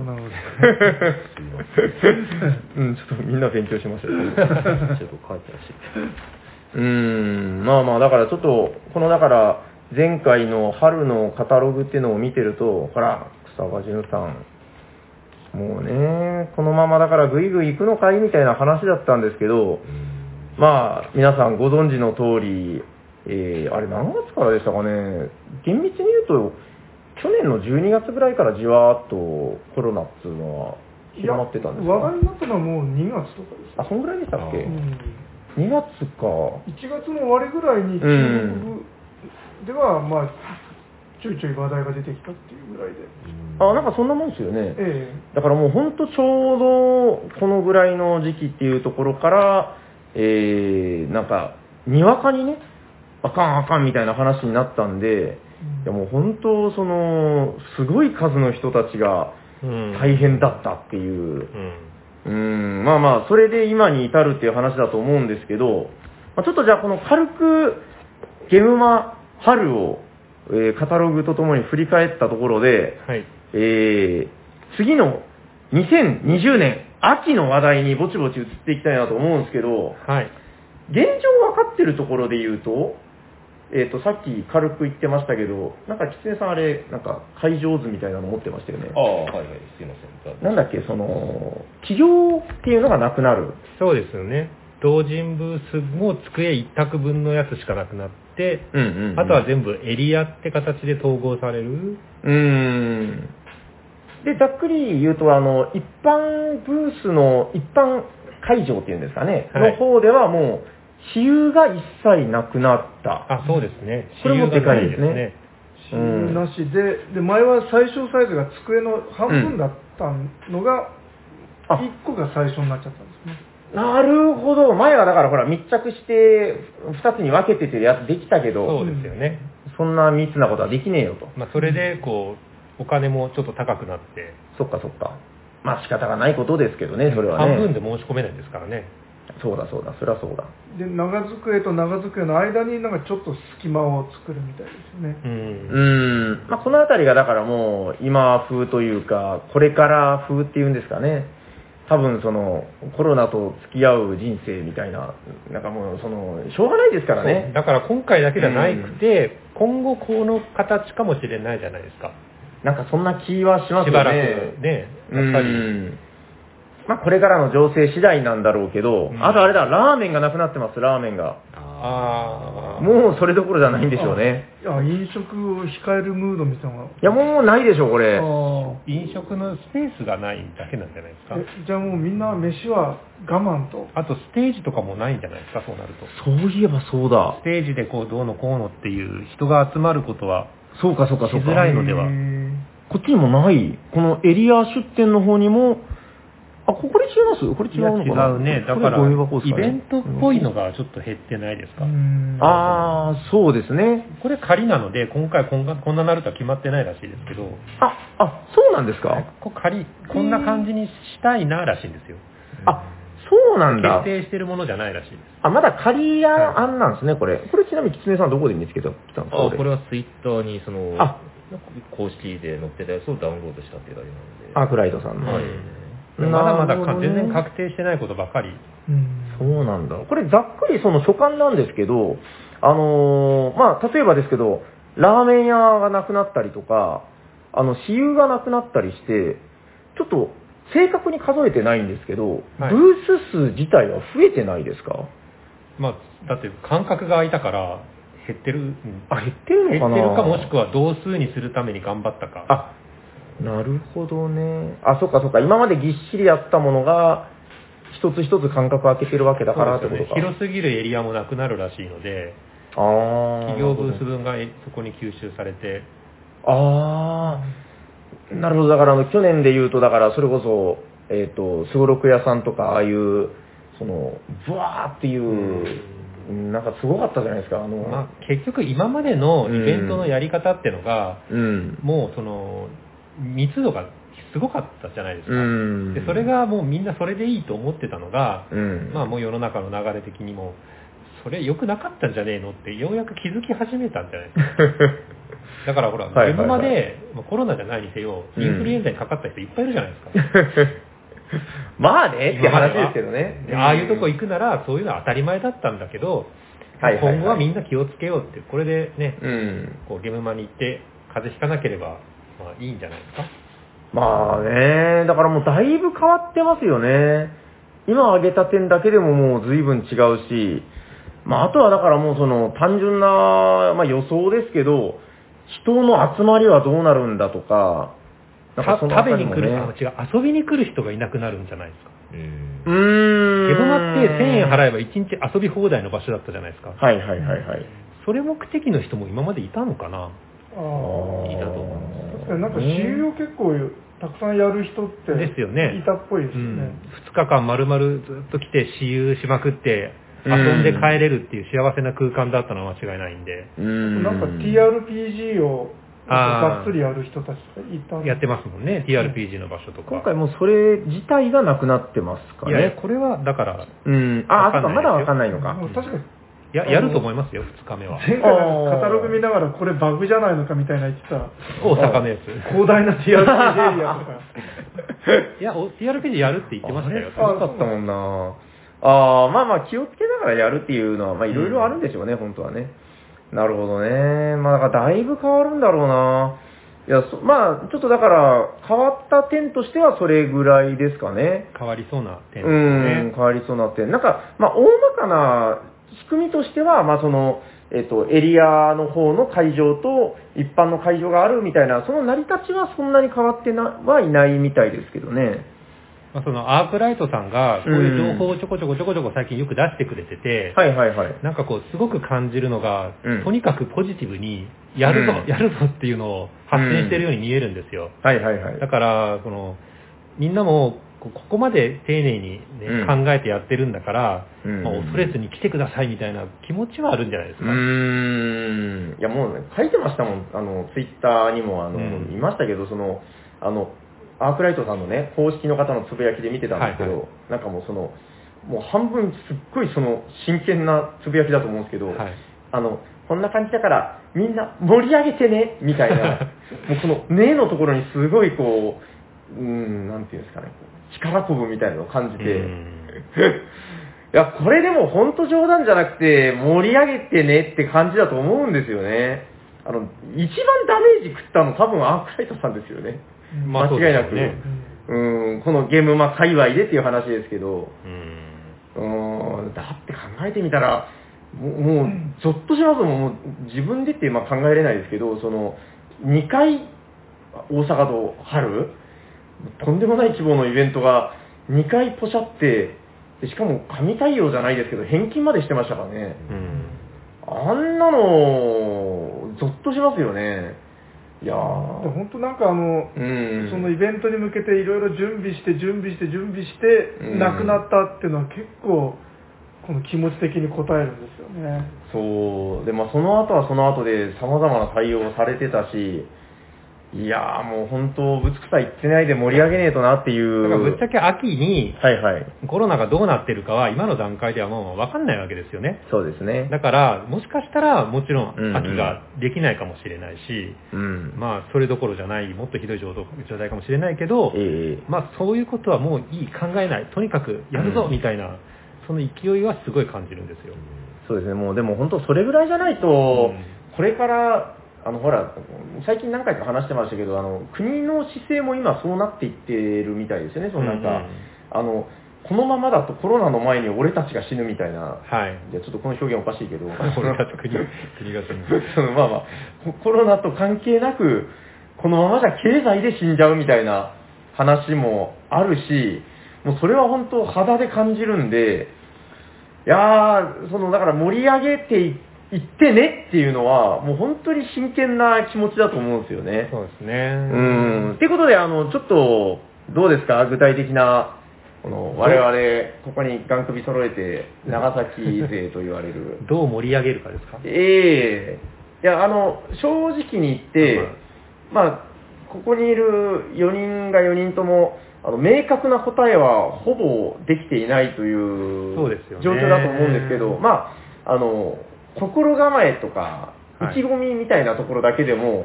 Speaker 4: ちょっとみんな勉強しましたよ。ちょっと書いてらっしゃる。うーん、まあまあ、だからちょっと、このだから、前回の春のカタログっていうのを見てると、ほら、草場淳さん、もうね、このままだからグイグイ行くのかいみたいな話だったんですけど、まあ、皆さんご存知の通り、えー、あれ何月からでしたかね、厳密に言うと、去年のじゅうにがつぐらいからじわーっとコロナっていうのは広まってたんですか？
Speaker 1: 話題になったのはもうにがつとかです。
Speaker 4: あ、そんぐらいでしたっけ？うん、にがつか。
Speaker 1: いちがつの終わりぐらいに中国では、まあ、ちょいちょい話題が出てきたっていうぐらいで。
Speaker 4: あ、なんかそんなもんですよね。
Speaker 1: ええ、
Speaker 4: だからもう本当ちょうどこのぐらいの時期っていうところから、えー、なんか、にわかにね、あかんあかんみたいな話になったんで、いやもう本当、その、すごい数の人たちが大変だったっていう、うん、うん、まあまあ、それで今に至るっていう話だと思うんですけど、まあ、ちょっとじゃあこの軽くゲムマ春を、えー、カタログとともに振り返ったところで、はい、えー、次のにせんにじゅうねん秋の話題にぼちぼち移っていきたいなと思うんですけど、はい、現状分かってるところで言うと、えっと、さっき軽く言ってましたけど、なんか、きつねさんあれ、なんか、会場図みたいなの持ってましたよね。
Speaker 3: ああ、はいはい、すいません。
Speaker 4: なんだっけ、その、企業っていうのがなくなる。
Speaker 2: そうですよね。同人ブースも机一択分のやつしかなくなって、うんうんうん、あとは全部エリアって形で統合される。
Speaker 4: うーん。で、ざっくり言うと、あの、一般ブースの、一般会場っていうんですかね、はい、の方ではもう、私有が一切なくなった。
Speaker 2: あ、そうですね。
Speaker 4: これもでかいですね。
Speaker 1: 私有なしで、で、前は最小サイズが机の半分だったのが、いっこが最初になっちゃったんですね。
Speaker 4: なるほど。前はだからほら密着してふたつに分けててるやつできたけど、
Speaker 2: そうですよね。
Speaker 4: そんな密なことはできねえよと。
Speaker 2: まあそれでこうお金もちょっと高くなって、
Speaker 4: そっかそっか。まあ仕方がないことですけどね、それはね。
Speaker 2: 半分で申し込めないですからね。
Speaker 4: そうだそうだ、そりゃそうだ。
Speaker 1: で、長机と長机の間になんかちょっと隙間を作るみたいですね。
Speaker 4: うん。うん。まあこのあたりがだからもう今風というか、これから風っていうんですかね。多分そのコロナと付き合う人生みたいな、なんかもうそのしょうがないですからね。
Speaker 2: だから今回だけじゃなくて、うん、今後この形かもしれないじゃないですか。
Speaker 4: なんかそんな気はしますよね。
Speaker 2: しばらくね、やっぱり。
Speaker 4: うんまあこれからの情勢次第なんだろうけど、うん、あとあれだ、ラーメンがなくなってます、ラーメンが。ああ。もうそれどころじゃないんでしょうね。
Speaker 1: いや、飲食を控えるムードみたいな。い
Speaker 4: や、もうないでしょ、これ。
Speaker 2: 飲食のスペースがないだけなんじゃないですか。
Speaker 1: じゃあもうみんな飯は我慢と。
Speaker 2: あとステージとかもないんじゃないですか、そうなると。
Speaker 4: そういえばそうだ。
Speaker 2: ステージでこう、どうのこうのっていう人が集まることは、
Speaker 4: そうかそうかそうか。
Speaker 2: しづらいのでは。
Speaker 4: こっちにもない。このエリア出店の方にも、あ、これ違いますこれ違うのかな。
Speaker 2: 違うね。だから、イベントっぽいのがちょっと減ってないですか。
Speaker 4: ああ、そうですね。
Speaker 2: これ仮なので、今回こんな、こんななるとは決まってないらしいですけど。
Speaker 4: あ、あ、そうなんですか。
Speaker 2: こ仮、こんな感じにしたいならしいんですよ。
Speaker 4: あ、そうなんだ。
Speaker 2: 決定してるものじゃないらしいです。
Speaker 4: あ、まだ仮案なんですね、これ。これちなみにキツネさんどこで見つけたんですか。
Speaker 3: あ、これはツイッターにその、あ、公式で載ってたやつをダウンロードしたっていうだけなんで。
Speaker 4: アークライトさんの。はい。
Speaker 2: まだまだ、ね、全然確定してないことばかり。
Speaker 4: うん、そうなんだ。これざっくりその所感なんですけど、あのー、まあ、例えばですけど、ラーメン屋がなくなったりとか、あの、私有がなくなったりして、ちょっと正確に数えてないんですけど、はい、ブース数自体は増えてないですか？
Speaker 2: まあ、だって間隔が空いたから減ってる。
Speaker 4: あ、減ってるのかな？
Speaker 2: 減ってるかもしくは同数にするために頑張ったか。
Speaker 4: あ、なるほどね。あ、そっかそっか。今までぎっしりやったものが、一つ一つ間隔空けてるわけだからってことか。
Speaker 2: ね、広すぎるエリアもなくなるらしいので、
Speaker 4: あ
Speaker 2: 企業ブース分がそこに吸収されて。
Speaker 4: ああ、なるほど。だからあの、去年で言うと、だからそれこそ、えっと、すごろく屋さんとか、ああいう、その、ブワーっていう、うん、なんかすごかったじゃないですか。あの、
Speaker 2: まあ、結局今までのイベントのやり方っていうのが、
Speaker 4: うん、
Speaker 2: もうその、密度がすごかったじゃないですか。
Speaker 4: うん、
Speaker 2: でそれがもうみんなそれでいいと思ってたのが、
Speaker 4: うん、
Speaker 2: まあもう世の中の流れ的にも、それ良くなかったんじゃねえのってようやく気づき始めたんじゃないですか。だからほら、現場で、まあ、コロナじゃないにせよ、インフルエンザにかかった人いっぱいいるじゃないですか。
Speaker 4: まあねって話ですけどね。
Speaker 2: ああいうとこ行くなら、そういうのは当たり前だったんだけど、はいはいはい、今後はみんな気をつけようって、これでね、
Speaker 4: うん、
Speaker 2: こうゲームマに行って風邪ひかなければ、まあいいんじゃないですか。
Speaker 4: まあね、だからもうだいぶ変わってますよね。今挙げた点だけでももう随分違うし、まああとはだからもうその単純な、まあ、予想ですけど、人の集まりはどうなるんだとか、
Speaker 2: なんかその、ね、食べに来る、あ、違う、遊びに来る人がいなくなるんじゃないですか。
Speaker 4: うーん。
Speaker 2: ゲームマってせんえん払えばいちにち遊び放題の場所だったじゃないですか。
Speaker 4: はいはいはいはい。
Speaker 2: それ目的の人も今までいたのかな。
Speaker 1: ああ。
Speaker 2: いたと思います。
Speaker 1: 確かになんか私有を結構たくさんやる人って
Speaker 2: ですよね。
Speaker 1: いたっぽいですよね。うん、
Speaker 2: ふつかかん丸々ずっと来て私有しまくって、遊んで帰れるっていう幸せな空間だったのは間違いないんで。
Speaker 1: うん、なんか ティーアールピージー をがっつりやる人たちがいた。
Speaker 2: やってますもんね、ティーアールピージー の場所とか。
Speaker 4: 今回もうそれ自体がなくなってますかね。
Speaker 2: いや、これはだから、
Speaker 4: うん、あ、あ、まだわかんないのか。
Speaker 1: 確かに。
Speaker 2: や、やると思いますよ、ふつかめは。
Speaker 1: 前回カタログ見ながらこれバグじゃないのかみたいな言ってた。
Speaker 2: 大阪のやつ。
Speaker 1: 広大な ティーアールピージー エリアとか。
Speaker 2: いや、ティーアールピージー やるって言ってましたよ。
Speaker 4: すごかったもんな。ああ、まあまあ気をつけながらやるっていうのは、まあいろいろあるんでしょうね、うん、本当はね。なるほどね。まあだからだいぶ変わるんだろうな。いや、まあちょっとだから変わった点としてはそれぐらいですかね。
Speaker 2: 変わりそうな点ですね。
Speaker 4: うん、変わりそうな点。なんか、まあ大まかな仕組みとしては、まあその、えっと、エリアの方の会場と一般の会場があるみたいな、その成り立ちはそんなに変わってなはいないみたいですけどね。
Speaker 2: まあ、そのアークライトさんがこういう情報をちょこちょこちょこちょこ最近よく出してくれてて、
Speaker 4: はいはいはい。
Speaker 2: なんかこうすごく感じるのが、
Speaker 4: うん、
Speaker 2: とにかくポジティブにやるぞ、うん、やるぞっていうのを発信してるように見えるんですよ。
Speaker 4: はいはいはい。
Speaker 2: だからこのみんなもここまで丁寧に、ね、うん、考えてやってるんだから、うん、まあ、恐れずに来てくださいみたいな気持ちはあるんじゃないですか。
Speaker 4: うーん。いやもう、ね、書いてましたもん。あのツイッターにもあの、うん、いましたけど、そのあのアークライトさんのね公式の方のつぶやきで見てたんですけど、はいはい、なんかもうそのもう半分すっごいその真剣なつぶやきだと思うんですけど、はい、あのこんな感じだからみんな盛り上げてねみたいなもうこのねのところにすごいこう、うーんなんていうんですかね。力こぶみたいなのを感じて、いや、これでも本当冗談じゃなくて、盛り上げてねって感じだと思うんですよね。 あの、一番ダメージ食ったの多分アークライトさんですよね。
Speaker 2: まあ、
Speaker 4: 間違いなく。
Speaker 2: ね、
Speaker 4: うん、このゲームマ界隈でっていう話ですけど、
Speaker 2: うん、
Speaker 4: うん、だって考えてみたら、もう、もうゾッとしますもん。もう自分でってまあ考えれないですけど、その、にかい大阪と春、とんでもない規模のイベントがにかいポシャって、でしかも神対応じゃないですけど、返金までしてましたからね。うん、あんなの、ゾッとしますよね。いやー。
Speaker 1: 本当なんかあの、うん、そのイベントに向けていろいろ準備して準備して準備して、なくなったっていうのは結構、この気持ち的に応えるんですよね。
Speaker 4: そう。で、まあその後はその後で様々な対応をされてたし、いやーもう本当、ぶつくさ言ってないで盛り上げねえとなっていう。
Speaker 2: だからぶっちゃけ秋に、
Speaker 4: はいはい。
Speaker 2: コロナがどうなってるかは今の段階ではもう分かんないわけですよね。
Speaker 4: そうですね。
Speaker 2: だから、もしかしたらもちろん秋ができないかもしれないし、うんうん、まあそれどころじゃない、もっとひどい状態かもしれないけど、えー、まあそういうことはもういい、考えない、とにかくやるぞみたいな、うん、その勢いはすごい感じるんですよ。
Speaker 4: そうですね、もうでも本当それぐらいじゃないと、うん、これから、あのほら、最近何回か話してましたけど、あの国の姿勢も今そうなっていってるみたいですよね、そのなんか、うんうん、あのこのままだとコロナの前に俺たちが死ぬみたいな、はい、いやちょっとこの表現おかしいけど、
Speaker 2: 俺たち国国が死ぬ
Speaker 4: そのまあまあ、コロナと関係なく、このままじゃ経済で死んじゃうみたいな話もあるし、もうそれは本当肌で感じるんで、いやー、そのだから盛り上げていって、行ってねっていうのは、もう本当に真剣な気持ちだと思うんですよね。
Speaker 2: そうですね。
Speaker 4: うん。っていうことで、あの、ちょっと、どうですか具体的な、この、我々、ここにガン首揃えて、長崎勢と言われる。
Speaker 2: どう盛り上げるかですか
Speaker 4: ええー。いや、あの、正直に言って、まあ、ここにいるよにんがよにんとも、あの明確な答えはほぼできていないという状況だと思うんですけど、まあ、あの、心構えとか、意気込みみたいなところだけでも、はい、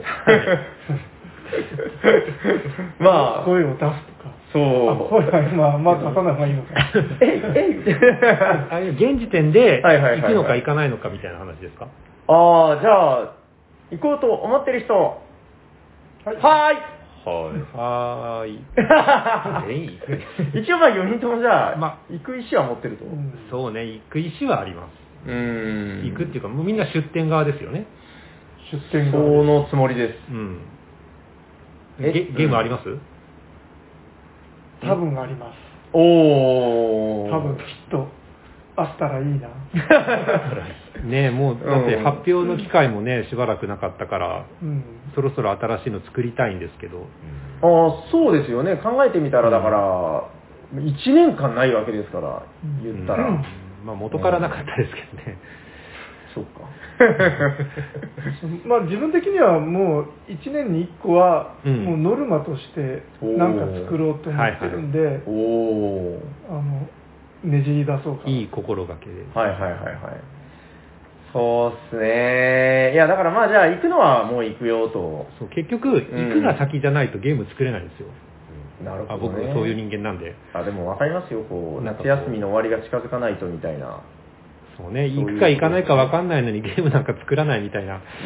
Speaker 4: まあ、
Speaker 1: 声を出すとか。
Speaker 4: そう。
Speaker 1: あ、声はまあ、まあ出さない方がいいのか。
Speaker 4: えい、えいみたいな。
Speaker 2: 現時点で、行くのか行かないのかみたいな話ですか？
Speaker 4: ああ、じゃあ、行こうと思ってる人、はい。はーい。
Speaker 2: はーい。
Speaker 4: 一応まあよにんともじゃあ、まあ、行く意思は持ってると思う。
Speaker 2: そうね、行く意思はあります。
Speaker 4: うーん
Speaker 2: 行くっていうか、もうみんな出店側ですよね。
Speaker 1: 出店側。
Speaker 4: そのつもりです。
Speaker 2: うん。ゲゲームあります？
Speaker 1: 多分あります。
Speaker 4: おー。
Speaker 1: 多分きっと、あったらいいな。
Speaker 2: ねえ、もう、だって発表の機会もね、しばらくなかったから、うん、そろそろ新しいの作りたいんですけど。
Speaker 4: ああ、そうですよね。考えてみたら、だから、うん、いちねんかんないわけですから、言ったら。うん
Speaker 2: まあ元からなかったですけどね。
Speaker 4: そうか。
Speaker 1: まあ自分的にはもういちねんにいっこはもうノルマとして何か作ろうと思ってるんで、はいはい、おあのねじり出そうかな。
Speaker 2: いい心がけで。
Speaker 4: はいはいはいはい。そうっすね。いやだからまあじゃあ行くのはもう行くよと。
Speaker 2: そう結局行くが先じゃないとゲーム作れないんですよ。
Speaker 4: なるほど、ね、
Speaker 2: 僕そういう人間なんで。
Speaker 4: あでも分かりますよ、こう夏休みの終わりが近づかないとみたいな。
Speaker 2: そうね、行くか行かないか分かんないのにゲームなんか作らないみたいな、うん、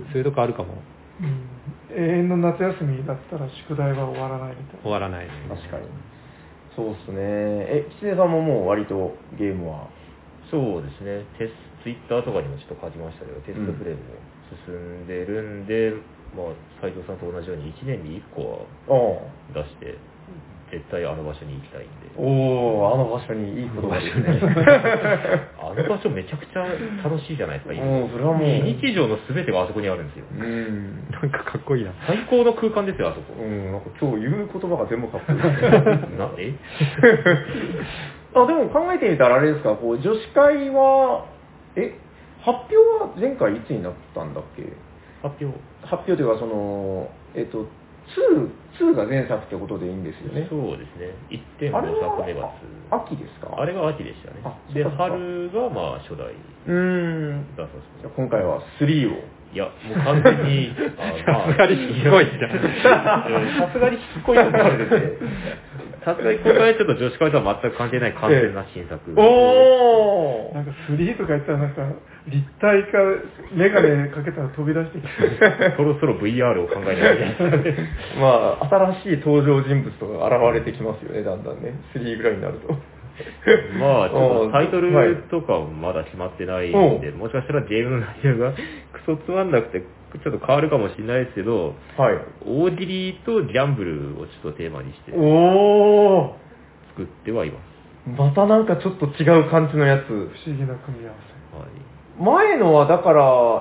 Speaker 2: そういうとこあるかも、
Speaker 1: うん、永遠の夏休みだったら宿題は終わらないみたいな。
Speaker 2: 終わらない、
Speaker 4: 確かに。そうっすね。え、きつねさんももう割とゲームは。
Speaker 3: そうですね、テスツイッターとかにもちょっと書きましたけど、テストプレイも進んでるんで、うんまあ、斉藤さんと同じようにいちねんにいっこは出して、絶対あの場所に行きたいんで。
Speaker 4: おー、あの場所にいいことがですね。
Speaker 3: あの場所めちゃくちゃ楽しいじゃないですか、
Speaker 4: 今。それはもう。
Speaker 3: 非日常の全てがあそこにあるんですよ。
Speaker 2: うん。なんかかっこいいな。
Speaker 3: 最高の空間ですよ、あそこ。
Speaker 4: うん、なんか今日言う言葉が全部かっこいい。
Speaker 3: なえ
Speaker 4: あ、でも考えてみたらあれですか、こう、女子会は、え、発表は前回いつになったんだっけ？
Speaker 3: 発表
Speaker 4: 発表というか、その、えっと、ツー、ツーが前作ってことでいいんですよね。
Speaker 3: そうですね。いってんごさくめが
Speaker 4: 秋ですか？
Speaker 3: あれが秋でしたね。で、春がまあ初代。
Speaker 4: うーん。だそうです。じゃあ今回はスリーを。
Speaker 3: いや、もう完全に、
Speaker 2: さすがにしつこいじゃん。
Speaker 3: さすがにしつこいところですね。さすがに今回はちょっと女子会とは全く関係ない完全な新作。
Speaker 4: お
Speaker 1: ーなんかスリーとか言ったらなんか、 立体化、メガネかけたら飛び出してきて
Speaker 3: そろそろ ブイアール を考えないといけない
Speaker 4: まあ、新しい登場人物とか現れてきますよね、だんだんね。スリーぐらいになると。
Speaker 3: まあ、ちょっとタイトルとかまだ決まってないんで、はい、もしかしたらゲームの内容がクソつまんなくて、ちょっと変わるかもしれないですけど、
Speaker 4: はい、
Speaker 3: 大喜利とギャンブルをちょっとテーマにして
Speaker 4: お
Speaker 3: 作ってはいます。
Speaker 4: またなんかちょっと違う感じのやつ。不
Speaker 1: 思議な組み合わせ。
Speaker 4: はい、前のはだから、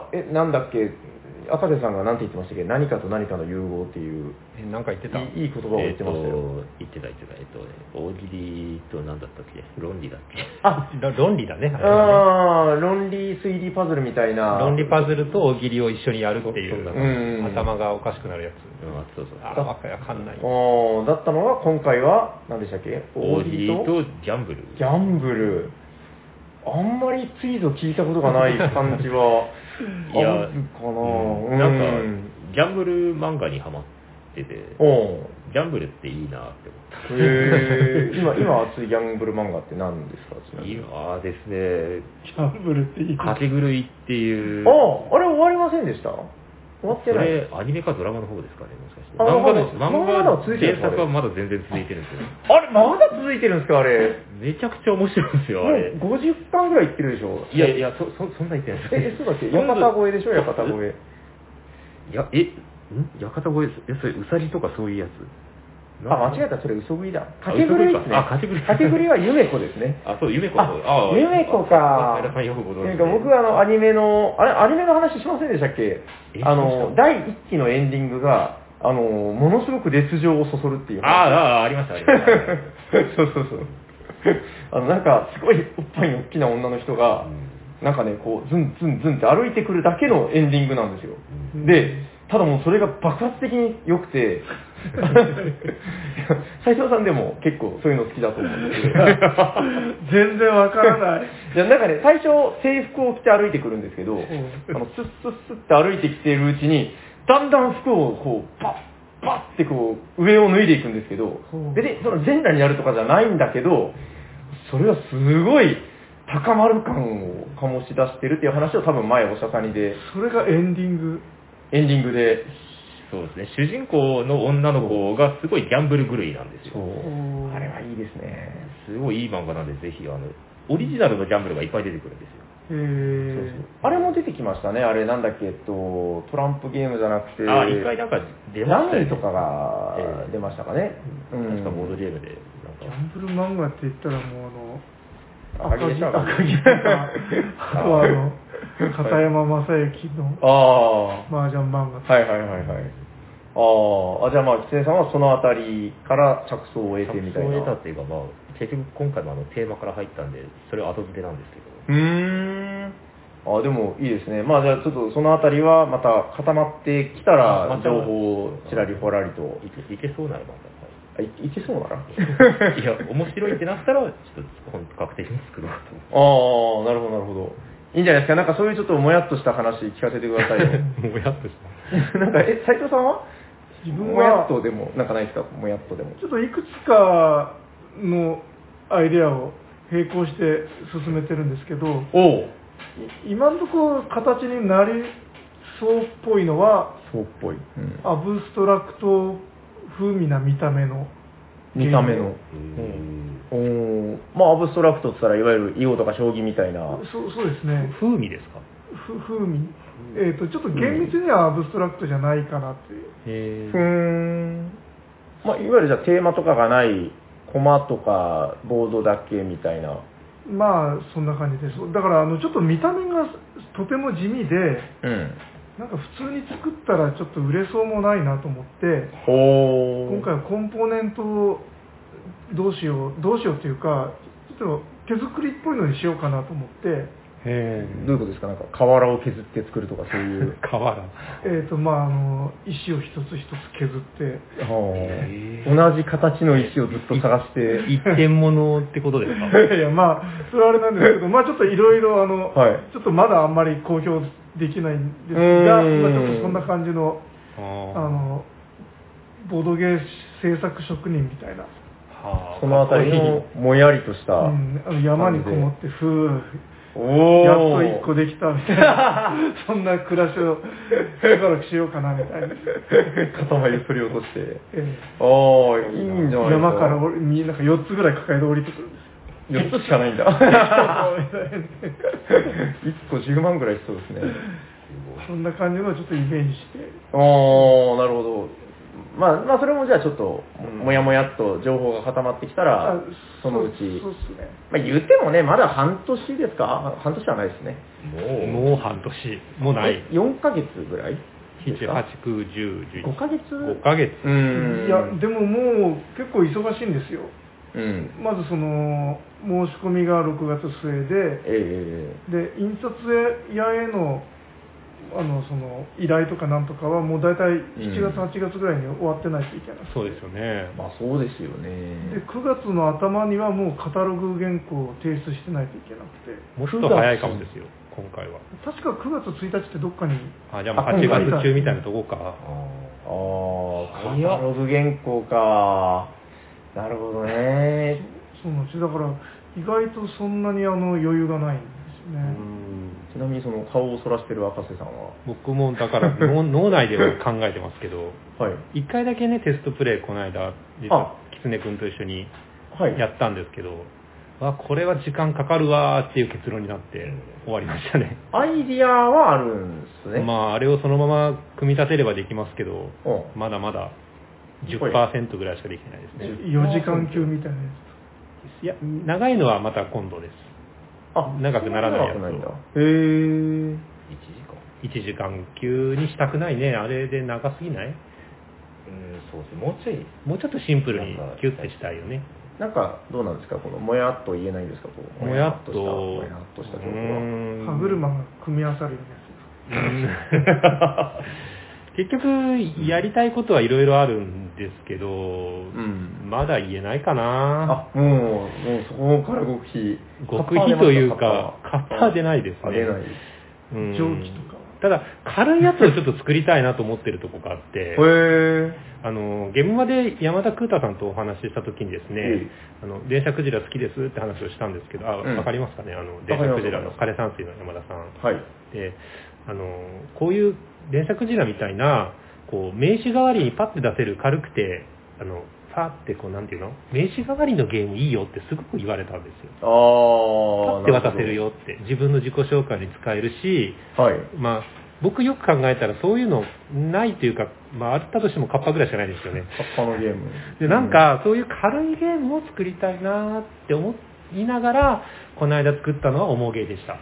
Speaker 4: え、なんだっけ、赤瀬さんが何て言ってましたっけ、何かと何かの融合っていう。
Speaker 2: え、なんか言ってた
Speaker 4: いい、いい言葉を言ってましたよ。
Speaker 3: えー、言ってた言ってた。えっとね、大喜利と何だったっけ、論理だっけ。
Speaker 2: あ、論理だね。
Speaker 4: ああ、論理推理パズルみたいな。
Speaker 2: 論理パズルと大喜利を一緒にやるっていう、
Speaker 4: うん、
Speaker 2: 頭がおかしくなるやつ。
Speaker 3: うん、そうそう。
Speaker 2: あ、わかんない。
Speaker 4: おだったのは今回は何でしたっけ？
Speaker 3: 大喜利とギャンブル。
Speaker 4: ギャンブル。あんまりツイート聞いたことがない感じは
Speaker 3: いや
Speaker 4: あるかな、
Speaker 3: うん、なんかギャンブル漫画にハマってて、ギャンブルっていいなって思った。
Speaker 4: へ今今熱いギャンブル漫画って何ですか？
Speaker 3: 今ですね、
Speaker 1: ギャンブルっていい。
Speaker 3: かけ狂いっていう。
Speaker 4: ああ、あれ終わりませんでした？終わってない。
Speaker 3: それアニメかドラマの方ですかね、もしかして。漫画の漫画の原作はまだ全然続いてるんですよ。
Speaker 4: あれまだ続いてるんですかあれ？
Speaker 3: めちゃくちゃ面白いんですよあれ。
Speaker 4: もうごじゅっかんぐらいいってるでしょ。
Speaker 3: いやいやそそそんな言ってないです。
Speaker 4: えそうだっけ？屋形越えでしょ屋形越え。
Speaker 3: いやえん屋形越ええそれウサギとかそういうやつ。
Speaker 4: あ、間違えた、それ嘘食いだ。かけ狂いですね。
Speaker 3: あ、かけ狂い。
Speaker 4: かけ狂いはゆめこですね。
Speaker 3: あ、そう、ゆめこ。
Speaker 4: あ、ゆめこか。なんか僕あの、アニメの、あれ、アニメの話しませんでしたっけ？あの、だいいっきのエンディングが、あの、ものすごく熱情をそそるっていう。
Speaker 3: ああ、ありました、ありました。
Speaker 4: そうそうそう。あの、なんか、すごいおっぱいの大きな女の人が、うん、なんかね、こう、ズンズンズンって歩いてくるだけのエンディングなんですよ。うん、で、ただもうそれが爆発的に良くて、斉藤さんでも結構そういうの好きだと思うんですけど
Speaker 1: 全然わからない
Speaker 4: いやなんかね最初制服を着て歩いてくるんですけど、うん、あのスッスッスッって歩いてきているうちにだんだん服をこうパッパッってこう上を脱いでいくんですけど、うん、別にその全裸になるとかじゃないんだけどそれはすごい高まる感を醸し出してるっていう話を多分前おしゃさにで
Speaker 1: それがエンディング
Speaker 4: エンディングで
Speaker 3: そうですね、主人公の女の子がすごいギャンブル狂いなんですよ。
Speaker 4: そうあれはいいですね。
Speaker 3: すごいいい漫画なんで、ぜひあのオリジナルのギャンブルがいっぱい出てくるんですよ。
Speaker 4: へそうそうあれも出てきましたね、あれなんだっけ、えっと、トランプゲームじゃなくて、
Speaker 3: あ、一回なんか出ました
Speaker 4: ね。ラミーとかが出ましたかね。
Speaker 3: うん、確かボードゲームで。
Speaker 1: ギャンブル漫画って言ったらもうあの、
Speaker 4: 赤木とか、
Speaker 1: 赤木とか、あとはあの、片山正幸の麻雀漫画。
Speaker 4: はいはいはいはい。ああ、じゃあまあ、狐さんはそのあたりから着想を得てみたいな。
Speaker 3: 着想を得たっていうか、まあ、結局今回もあのテーマから入ったんで、それは後付けなんですけど。
Speaker 4: うーん。あでもいいですね。まあじゃあちょっとそのあたりはまた固まってきたら、情報をちらりほらりと。
Speaker 3: いけいけそうならまた。
Speaker 4: い, いけそうなら
Speaker 3: いや、面白いってなったら、ちょっと本格的に作ろうと思
Speaker 4: って。ああ、なるほどなるほど。いいんじゃないですか。なんかそういうちょっともやっとした話聞かせてくださいよ。
Speaker 3: もやっとした。
Speaker 4: なんか、え、斉藤さんは
Speaker 1: 自分は
Speaker 4: もやっとでも、なんかないですかもやっとでも。
Speaker 1: ちょっといくつかのアイデアを並行して進めてるんですけど、
Speaker 4: お
Speaker 1: 今のところ形になりそうっぽいのは、
Speaker 4: そうっぽい。うん、
Speaker 1: アブストラクト風味な見た目の。
Speaker 4: 見た目の。うん、おまあ、アブストラクトって言ったら、いわゆる囲碁とか将棋みたいな。
Speaker 1: そうそうですね。
Speaker 3: 風味ですか
Speaker 1: ふ風味。えーと、ちょっと厳密にはアブストラクトじゃないかなっていう。
Speaker 4: へふーん。まあ、いわゆるじゃあテーマとかがないコマとかボードだけみたいな。
Speaker 1: まあそんな感じです。だからあのちょっと見た目がとても地味で、
Speaker 4: うん、
Speaker 1: なんか普通に作ったらちょっと売れそうもないなと思って、
Speaker 4: ほ
Speaker 1: 今回はコンポーネントをどうしようどうしようっていうか、ちょっと手作りっぽいのにしようかなと思って。
Speaker 4: へどういうことですか？なんか瓦を削って作るとかそういう
Speaker 2: 瓦
Speaker 1: えっとまああの石を一つ一つ削って
Speaker 4: 同じ形の石をずっと探して
Speaker 3: 一点物ってことですか？
Speaker 1: いやまあそれはあれなんですけどまあちょっといろいろあの、はい、ちょっとまだあんまり公表できないんですが、まあ、ちょっとそんな感じのあのボードゲー制作職人みたいな、
Speaker 4: はあ、そのあたりのもやりとした、
Speaker 1: うん、あの山にこもってふー
Speaker 4: お
Speaker 1: やっといっこできたみたいな、そんな暮らしをしばらくしようかなみたいな。
Speaker 4: 塊でそれを落として。
Speaker 1: ええ、
Speaker 4: ああ、いいんじゃないですか。
Speaker 1: 山からになんかよっつぐらい抱えて降りてくるんですよ。
Speaker 4: よっつしかないんだ。いっこじゅうまんぐらいしそうですね。
Speaker 1: そんな感じのをちょっとイメージして。
Speaker 4: ああ、なるほど。まあ、まあ、それもじゃあちょっと、もやもやっと情報が固まってきたら、そのうち、
Speaker 1: そうですね。
Speaker 4: まあ、言ってもね、まだ半年ですか？半年はないですね。
Speaker 2: もう、もう半年。もうない。
Speaker 4: よんかげつぐらい
Speaker 2: なな、はち、きゅう、じゅう、じゅういち。
Speaker 4: ごかげつ ?
Speaker 2: ごかげつ。
Speaker 4: うん。
Speaker 1: いや、でももう結構忙しいんですよ。
Speaker 4: うん。
Speaker 1: まずその、申し込みがろくがつ末で、
Speaker 4: え
Speaker 1: えで、印刷屋への、あのその依頼とかなんとかはもう大体しちがつ、はちがつぐらいに終わってないといけない。
Speaker 2: そうですよね。
Speaker 4: まあそうですよね。
Speaker 1: で、くがつの頭にはもうカタログ原稿を提出してないといけなくて。
Speaker 2: もうちょっと早いかもですよ、今回は。
Speaker 1: 確かくがつついたちってどっかに。
Speaker 2: あ、じゃあもうはちがつ中みたいなとこか。
Speaker 4: ああ、カタログ原稿か。なるほどね。
Speaker 1: そうなんですよ。だから意外とそんなにあの余裕がないんですよね。
Speaker 4: ちなみにその顔をそらしてる赤瀬さんは、
Speaker 2: 僕もだから脳脳内では考えてますけど、
Speaker 4: はい、
Speaker 2: いっかいだけねテストプレイこの間実は狐くんと一緒にやったんですけど、はい、あこれは時間かかるわーっていう結論になって終わりましたね。
Speaker 4: アイディアはあるんですね。
Speaker 2: まああれをそのまま組み立てればできますけど、まだまだ じゅっパーセント ぐらいしかできてないですね。
Speaker 1: よじかん級みたいなや
Speaker 2: つ。いや長いのはまた今度です。
Speaker 4: あ、
Speaker 2: 長くならないやつを。
Speaker 4: へー。い
Speaker 2: ちじかん級にしたくないね。あれで長すぎない？
Speaker 3: うん、そうですね。もうちょい。
Speaker 2: もうちょっとシンプルにキュッてしたいよね。
Speaker 4: なんか、どうなんですかこの、もやっと言えないんですかこう
Speaker 2: もやっと。
Speaker 4: もやっとした情報は。
Speaker 1: 歯車が組み合わさるようなや
Speaker 2: つ。結局、やりたいことはいろいろあるんですけど、うん、まだ言えないかな。
Speaker 4: あ、もう、もうそこから極秘。
Speaker 2: 極秘というか、カッター出ないですね。
Speaker 4: 出ない。
Speaker 2: うん、
Speaker 1: 蒸気とか。
Speaker 2: ただ、軽いやつをちょっと作りたいなと思ってるとこがあって、
Speaker 4: へー。
Speaker 2: あの、ゲームマで山田空太さんとお話しした時にですね、あの、電車クジラ好きですって話をしたんですけど、あ、わ、うん、かりますかねあの、電車クジラの枯山水の山田さん。
Speaker 4: はい。
Speaker 2: で、あの、こういう電車クジラみたいな、こう、名刺代わりにパッて出せる軽くて、あの、パッてこう、なんていうの名刺代わりのゲームいいよってすごく言われたんですよ。
Speaker 4: ああ。
Speaker 2: パッて渡せるよって。自分の自己紹介に使えるし、
Speaker 4: はい。
Speaker 2: まあ、僕よく考えたらそういうのないというか、まあ、あったとしてもカッパぐらいしかないですよね。
Speaker 4: カッパのゲーム。
Speaker 2: で、なんか、そういう軽いゲームを作りたいなって思いながら、この間作ったのは重ゲーでした。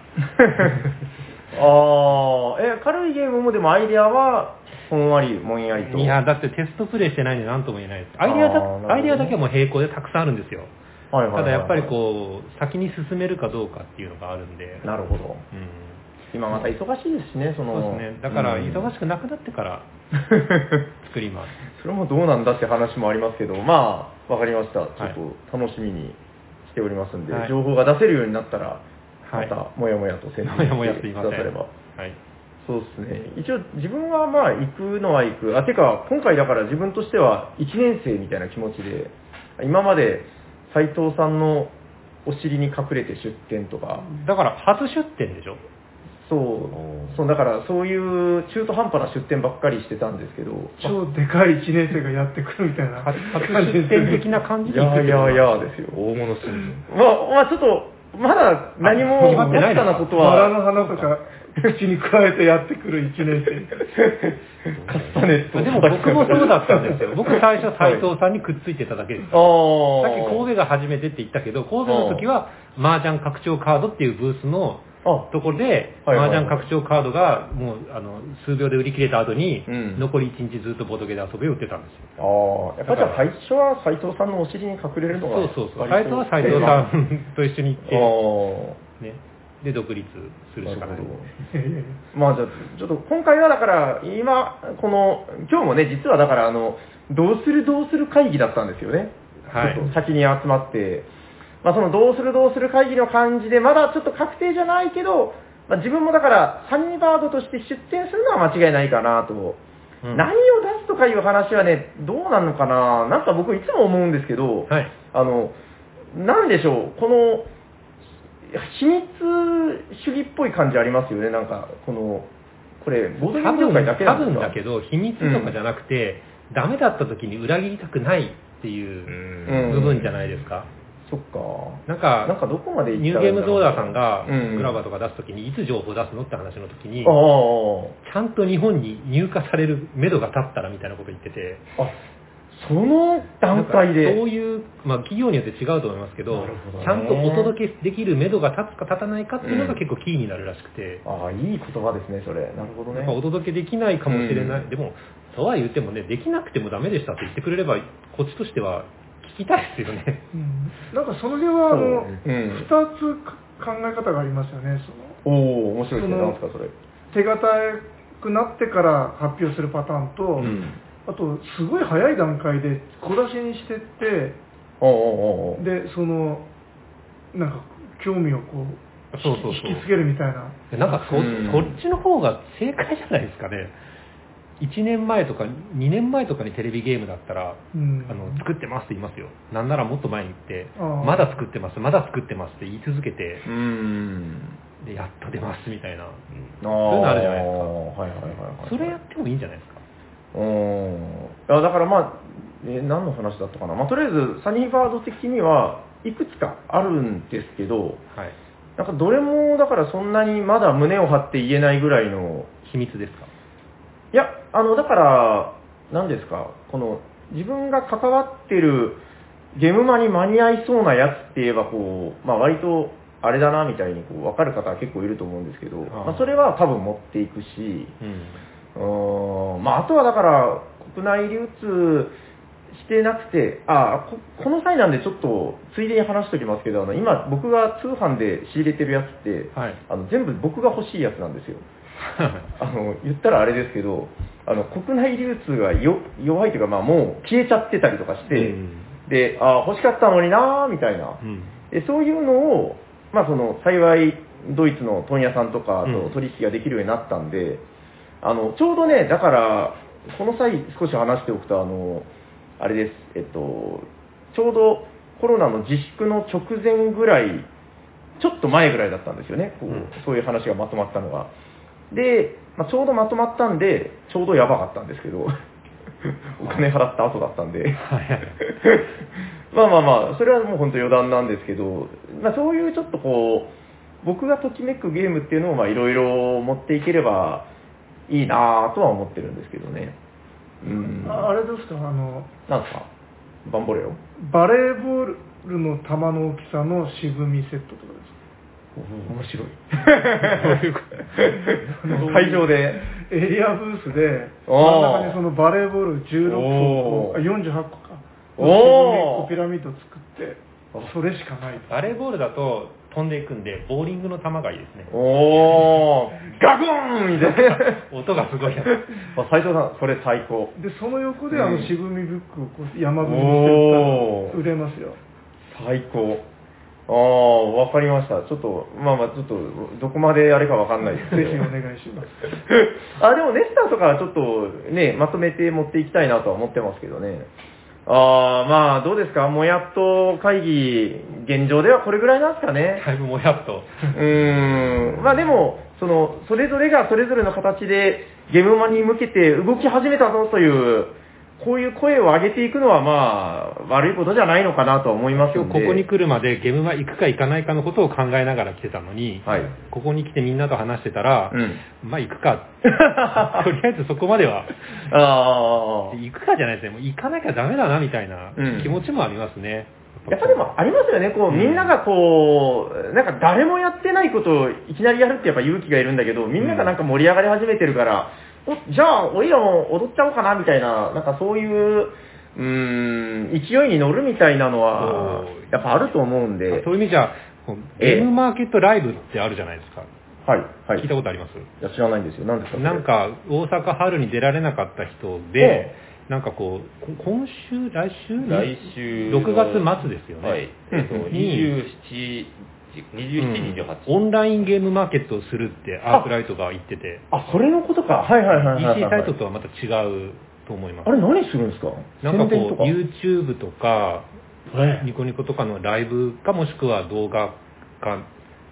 Speaker 4: ああ、え、軽いゲームもでもアイデアは、ほんわり、もんやりと。
Speaker 2: いや、だってテストプレイしてないんで何とも言えないです。アイデアだ、ね、アイデアだけはもう並行でたくさんあるんですよ。はいはいはいはい、ただやっぱりこう、先に進めるかどうかっていうのがあるんで。
Speaker 4: なるほど。うん、今また忙しいですしね、その。
Speaker 2: そうですね。だから忙しくなくなってから作ります。
Speaker 4: それもどうなんだって話もありますけど、まあ、わかりました。ちょっと楽しみにしておりますんで、はい、情報が出せるようになったら、また、もやもやと宣伝してくだされば。はい。そうですね。一応、自分はまあ、行くのは行く。あ、てか、今回だから自分としてはいちねん生みたいな気持ちで、今まで斉藤さんのお尻に隠れて出店とか。
Speaker 2: だから、初出店でしょ？
Speaker 4: そう。そう、だからそういう中途半端な出店ばっかりしてたんですけど。
Speaker 1: 超でかいいちねん生がやってくるみたいな。
Speaker 2: 初出店的な感じで。
Speaker 4: いやいやいやですよ。
Speaker 3: 大物すぎる。
Speaker 4: まあ、まあちょっと、まだ何も
Speaker 2: 決まってない
Speaker 4: なことは。
Speaker 1: バラの花とか口に加えてやってくるいちねん生。
Speaker 4: カスタネット。
Speaker 2: でも僕もそうだったんですよ。僕最初斉藤さんにくっついてただけです。はい、さっき神戸が初めてって言ったけど、神戸の時は麻雀拡張カードっていうブースのところで、麻雀拡張カードがもうあの数秒で売り切れた後に、うん、残りいちにちずっとボドゲで遊べを売ってたんです
Speaker 4: よ。ああ、やっぱじゃあ最初は斉藤さんのお尻に隠れるのが。
Speaker 2: そうそうそう。斉藤は斉藤さんと一緒に行って、ね、で独立するしかない。
Speaker 4: まあじゃあちょっと今回はだから今この今日もね実はだからあのどうするどうする会議だったんですよね。はい。ちょっと先に集まって。まあ、そのどうするどうする会議の感じで、まだちょっと確定じゃないけど、まあ、自分もだから、サニーバードとして出展するのは間違いないかなと。うん、何を出すとかいう話はね、どうなのかな。なんか僕いつも思うんですけど、はい、あの、なんでしょう、この、 秘密主義っぽい感じありますよね、なんか、この、これ、ボードゲーム業界だけなんですか？
Speaker 2: 多分だけど、秘密とかじゃなくて、うん、ダメだった時に裏切りたくないっていう部分じゃないですか。
Speaker 4: そっか。
Speaker 2: なんか、
Speaker 4: なんかどこまで
Speaker 2: ニューゲームズオーダーさんがグラバーとか出すときに、いつ情報を出すのって話のときに、ちゃんと日本に入荷される目処が立ったらみたいなこと言ってて、
Speaker 4: あ、その段階で。
Speaker 2: そういう、まあ企業によって違うと思いますけど、どね、ちゃんとお届けできる目処が立つか立たないかっていうのが結構キーになるらしくて。
Speaker 4: うん、ああ、いい言葉ですね、それ。なるほどね。
Speaker 2: お届けできないかもしれない。うん、でも、とは言ってもね、できなくてもダメでしたって言ってくれれば、こっちとしては、聞きたいですよね、
Speaker 1: うん、なんかその辺はあの、うん、ふたつ考え方がありますよね。
Speaker 4: そのおお、面白いですね。なんですかそれ。
Speaker 1: 手堅くなってから発表するパターンと、うん、あとすごい早い段階で小出しにしてって、
Speaker 4: おうおうおう
Speaker 1: でそのなんか興味をこう
Speaker 2: そうそうそう
Speaker 1: 引きつけるみたいな。
Speaker 2: なんか そ,、うん、そっちの方が正解じゃないですかね。いちねんまえとかにねんまえとかにテレビゲームだったら、うん、あの作ってますって言いますよ。なんならもっと前に言ってまだ作ってますまだ作ってますって言い続けて、うん、でやっと出ますみたいな、うん、そういうのあるじゃないですか。はいはいはいはい、それやってもいいんじゃないですか。
Speaker 4: うん、いやだからまあ、えー、何の話だったかな、まあ、とりあえずサニーバード的にはいくつかあるんですけど、はい、なんかどれもだからそんなにまだ胸を張って言えないぐらいの
Speaker 2: 秘密ですか。
Speaker 4: いや、あの、だから、何ですか、この、自分が関わってるゲームマに間に合いそうなやつって言えば、こう、まあ割と、あれだな、みたいにこう分かる方は結構いると思うんですけど、あまあ、それは多分持っていくし、うん、うーん、まああとはだから、国内流通してなくて、あこ、この際なんでちょっと、ついでに話しておきますけど、あの、今、僕が通販で仕入れてるやつって、はい、あの全部僕が欲しいやつなんですよ。あの言ったらあれですけど、あの国内流通がよ弱いというか、まあ、もう消えちゃってたりとかして、うん、であ欲しかったのになーみたいな、うん、でそういうのを、まあ、その幸いドイツの問屋さんとかと取引ができるようになったんで、うん、あのちょうどね、だからこの際少し話しておくと、あのあれです、えっと、ちょうどコロナの自粛の直前ぐらい、ちょっと前ぐらいだったんですよね、こう、うん、そういう話がまとまったのが。で、まあ、ちょうどまとまったんで、ちょうどやばかったんですけど、お金払った後だったんで、まあまあまあ、それはもう本当余談なんですけど、まあ、そういうちょっとこう、僕がときめくゲームっていうのをいろいろ持っていければいいなぁとは思ってるんですけどね。
Speaker 1: うん、あれですか、あの、
Speaker 4: なんですか、バンボレオ
Speaker 1: バレーボールの球の大きさの渋みセットとかですか。
Speaker 4: 面白い。会場で
Speaker 1: エリアブースで真ん中にそのバレーボールじゅうろっこ、よんじゅうはっこかおピラミッドを作ってそれしかない。
Speaker 2: バレーボールだと飛んでいくんでボーリングの球がいいですね。
Speaker 4: おーガゴーンみたいな
Speaker 2: 音がすごいやつ。
Speaker 4: 斉藤さんそれ最高
Speaker 1: で、その横であの渋みブックをこう山積みにしてったら売れますよ。
Speaker 4: 最高。ああ、わかりました。ちょっと、まあまあ、ちょっと、どこまであれかわかんないですけど。
Speaker 1: ぜひお願いします。
Speaker 4: あ、でもネスターとかはちょっとね、まとめて持っていきたいなとは思ってますけどね。ああ、まあ、どうですか、もやっと会議、現状ではこれぐらいなんですかね。
Speaker 2: だいぶもやっと。
Speaker 4: うーん。まあでも、その、それぞれがそれぞれの形で、ゲームマに向けて動き始めたぞという、こういう声を上げていくのはまあ悪いことじゃないのかなと思いますので。
Speaker 2: 今日ここに来るまでゲームマ行くか行かないかのことを考えながら来てたのに、はい、ここに来てみんなと話してたら、うん、まあ行くかとりあえずそこまではあ行くかじゃないですね、もう行かなきゃダメだなみたいな気持ちもありますね。
Speaker 4: うん、やっぱでもありますよね、こう、みんながこう、なんか誰もやってないことをいきなりやるってやっぱ勇気がいるんだけど、みんながなんか盛り上がり始めてるから、うん、おじゃあ、おいらも踊っちゃおうかなみたいな、なんかそういう、うーん、勢いに乗るみたいなのは、やっぱあると思うんで。
Speaker 2: そういう意味じゃ、ゲームマーケットライブってあるじゃないですか。
Speaker 4: はい、はい。
Speaker 2: 聞いたことあります？い
Speaker 4: や、知らないんですよ。何ですか？
Speaker 2: なんか、大阪春に出られなかった人で、なんかこう、今週、来週
Speaker 3: 来週。
Speaker 2: ろくがつ末ですよね。
Speaker 3: はい。えっと、にじゅうしち、にじゅうしち、にじゅうはち、
Speaker 2: オンラインゲームマーケットをするってアークライトが言ってて。
Speaker 4: あ、それのことか。はいはいはいはい、はい。
Speaker 2: イーシー サイトとはまた違うと思います。
Speaker 4: あれ何するんですか？
Speaker 2: なんかこう、YouTube とか、ニコニコとかのライブかもしくは動画か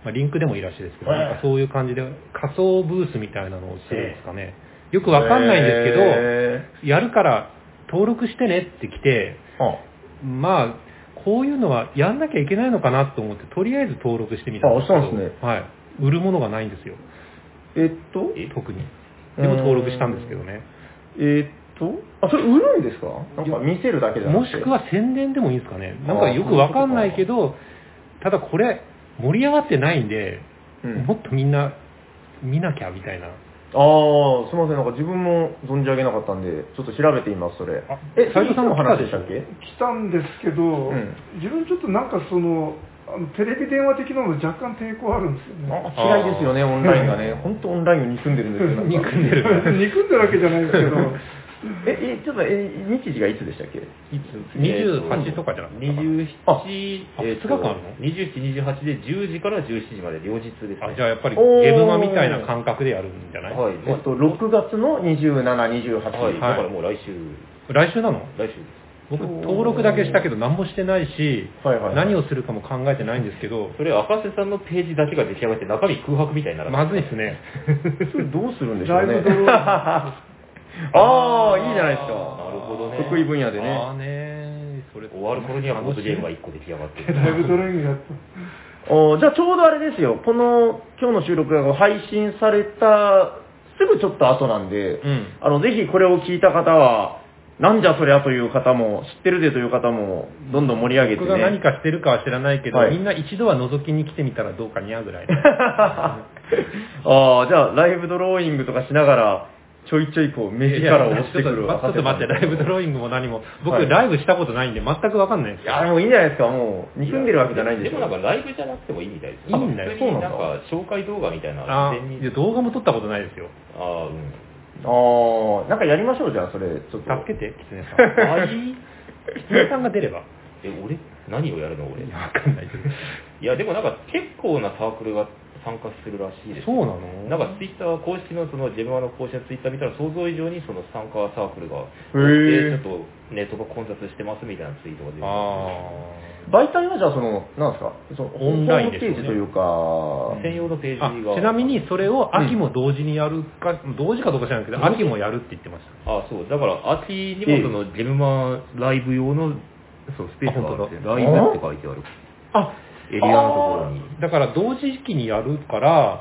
Speaker 2: まあ、リンクでもいいらしいですけど、なんかそういう感じで仮想ブースみたいなのをするんですかね。よくわかんないんですけど、やるから登録してねって来て、まあ、こういうのはやんなきゃいけないのかなと思って、とりあえず登録してみたんですけど、
Speaker 4: あ、そうですね。
Speaker 2: はい。売るものがないんですよ。
Speaker 4: えっと
Speaker 2: 特に。でも登録したんですけどね。
Speaker 4: えっとあ、それ売るんですか？なんか見せるだけじゃなくて。
Speaker 2: もしくは宣伝でもいいんですかね。なんかよくわかんないけど、ただこれ盛り上がってないんで、うん、もっとみんな見なきゃみたいな。
Speaker 4: ああ、すみません、なんか自分も存じ上げなかったんで、ちょっと調べてみます、それ。え、斉藤さんの話でしたっけ？
Speaker 1: 来たんですけど、うん、自分ちょっとなんかその、あのテレビ電話的なの若干抵抗あるんですよね。
Speaker 4: あ、嫌いですよね、オンラインがね。本当オンラインを憎んでるんですよ。
Speaker 2: 憎んでる。
Speaker 1: 憎んでるわけじゃないですけど。
Speaker 4: え、え、ちょっと、え、日時がいつでしたっけ？い
Speaker 2: つ ?にじゅうはち とかじゃなくて。
Speaker 3: にじゅうなな、
Speaker 2: えっと、ふつかかんあるの ?
Speaker 3: にじゅうなな、にじゅうはちでじゅうじからじゅうしちじまで両日ですね。
Speaker 2: あ、じゃあやっぱりゲームマみたいな感覚でやるんじゃない？
Speaker 4: はい。えっと、ろくがつのにじゅうしち、にじゅうはち。
Speaker 3: はい。だからもう来週。
Speaker 2: 来週なの？
Speaker 3: 来週です。
Speaker 2: 僕、登録だけしたけど何もしてないし、はいはいはい、何をするかも考えてないんですけど、
Speaker 3: それ赤瀬さんのページだけが出来上がって中身空白みたいになる。
Speaker 2: まずいですね。
Speaker 4: それどうするんでしょうね。ああ、いいじゃないですか。
Speaker 3: なるほどね。
Speaker 4: 得意分野でね。
Speaker 2: ああね、それ
Speaker 3: 終わる頃にはボードゲームがいっこ出来上がってる。
Speaker 1: だいぶドローイングだった。
Speaker 4: おじゃあちょうどあれですよ。この今日の収録が配信されたすぐちょっと後なんで、うん、あのぜひこれを聞いた方は、なんじゃそりゃという方も、知ってるでという方も、どんどん盛り上げてね。
Speaker 2: 僕が何かしてるかは知らないけど、はい、みんな一度は覗きに来てみたらどうかにゃぐらい。あ
Speaker 4: あ、じゃあライブドローイングとかしながら、ちょいちょいこう目力を押してくる。
Speaker 2: ちょっと待って、ライブドローイングも何も。僕、はい、ライブしたことないんで全くわかんないですよ。
Speaker 4: いや、もういいんじゃないですか。もう、憎んでるわけじゃないんでしょ。
Speaker 3: でもなんかライブじゃなくてもいいみたいです。
Speaker 2: いいんだよ。
Speaker 3: そうなんか紹介動画みたいな。
Speaker 2: あいや動画も撮ったことないですよ。
Speaker 3: ああ、うん。
Speaker 4: ああ、なんかやりましょう、じゃあ、それ、ちょっと。
Speaker 2: 助けて、キツネさん。あいキツネさんが出れば。
Speaker 3: え、俺何をやるの俺。
Speaker 2: いや、わかんないけど。
Speaker 3: いや、でもなんか結構なサークルが参加するらしいです。
Speaker 2: そうなの？
Speaker 3: なんかツイッター、公式のそのジェムワの公式のツイッター見たら想像以上にその参加サークルが、
Speaker 4: へ
Speaker 3: ちょっとネットが混雑してますみたいなツイートが出て
Speaker 4: ます。媒体はじゃあその、なんですか、その
Speaker 2: オンラインですよね。
Speaker 4: ホームページというか、
Speaker 3: 専用のページが。
Speaker 2: ちなみにそれを秋も同時にやるか、うん、同時かどうか知らないけど、秋もやるって言ってました。
Speaker 3: あ、そう。だから秋にもそのジェムマライブ用のそうスペースがあって、ライブって書いてある。
Speaker 2: あ
Speaker 3: エリアのところに。
Speaker 2: だから同時期にやるから、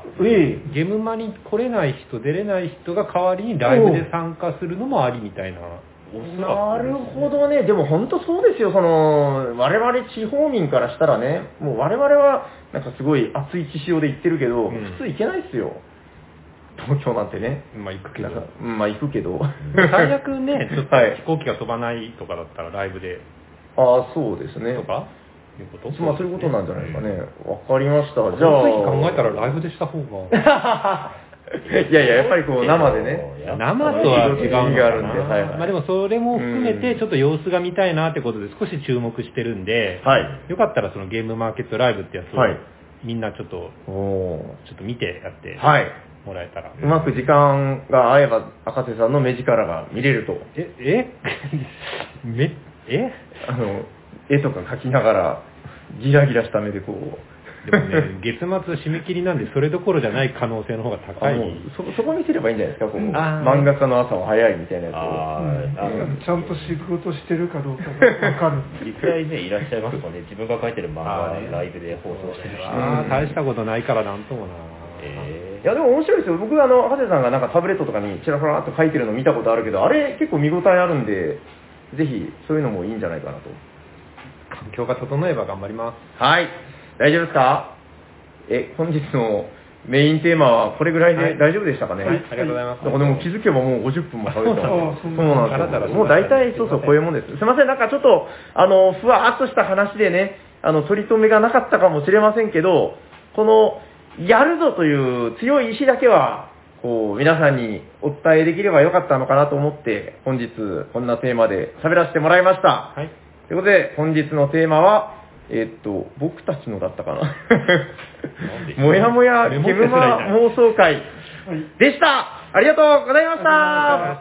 Speaker 2: ええ、ゲームマに来れない人、出れない人が代わりにライブで参加するのもありみたいな。
Speaker 4: なるほどね。でも本当そうですよ。その、我々地方民からしたらね、もう我々はなんかすごい熱い血潮で行ってるけど、うん、普通行けないっすよ。東京なんてね。
Speaker 2: まあ行くけど。
Speaker 4: まあ行くけど。
Speaker 2: 最悪ね、ちょっと飛行機が飛ばないとかだったらライブで。
Speaker 4: ああ、そうですね。
Speaker 2: とかいうこと？
Speaker 4: まあそういうことなんじゃないですかね。わかりました。じゃあ。
Speaker 2: 考えたらライブでした方が。
Speaker 4: いやいや、やっぱりこう生でね。
Speaker 2: 生とは違うの
Speaker 4: があるんで、はいはい。
Speaker 2: まあでもそれも含めてちょっと様子が見たいなってことで少し注目してるんで、
Speaker 4: はい、
Speaker 2: よかったらそのゲームマーケットライブってやつを、はい、みんなちょっと、ちょっと見てやってもらえたら。はい、
Speaker 4: うまく時間が合えば赤瀬さんの目力が見れると。
Speaker 2: え、えめ、え
Speaker 4: あの、絵とか描きながらギラギラした目でこう、
Speaker 2: でもね、月末締め切りなんで、それどころじゃない可能性の方が高い。
Speaker 4: そ, そこ見せればいいんじゃないですか、こう漫画家の朝は早いみたいなやつを。
Speaker 1: あ、うん、ちゃんと仕事してるかどうかが分かる。
Speaker 3: 実際ね、いらっしゃいますもんね、自分が書いてる漫画ね、ライブで放送してるし。
Speaker 2: ああ、大したことないからなんともな。
Speaker 4: えー、いやでも面白いですよ。僕、あの、ハセさんがなんかタブレットとかにチラチラっと書いてるの見たことあるけど、あれ結構見応えあるんで、ぜひそういうのもいいんじゃないかなと。
Speaker 2: 環境が整えば頑張ります。
Speaker 4: はい。大丈夫ですか？え、本日のメインテーマはこれぐらいで大丈夫でしたかね？
Speaker 2: はい、ありがとうございます。
Speaker 4: だからでも気づけばもうごじゅっぷんも喋った。そうなんですよ。もう大体そうそうこういうもんです。すいません、なんかちょっと、あの、ふわーっとした話でね、あの、取り留めがなかったかもしれませんけど、この、やるぞという強い意志だけは、こう、皆さんにお伝えできればよかったのかなと思って、本日こんなテーマで喋らせてもらいました。
Speaker 2: はい。
Speaker 4: ということで、本日のテーマは、えー、っと、僕たちのだったかな。もやもやゲムマ妄想会でした。ありがとうございました。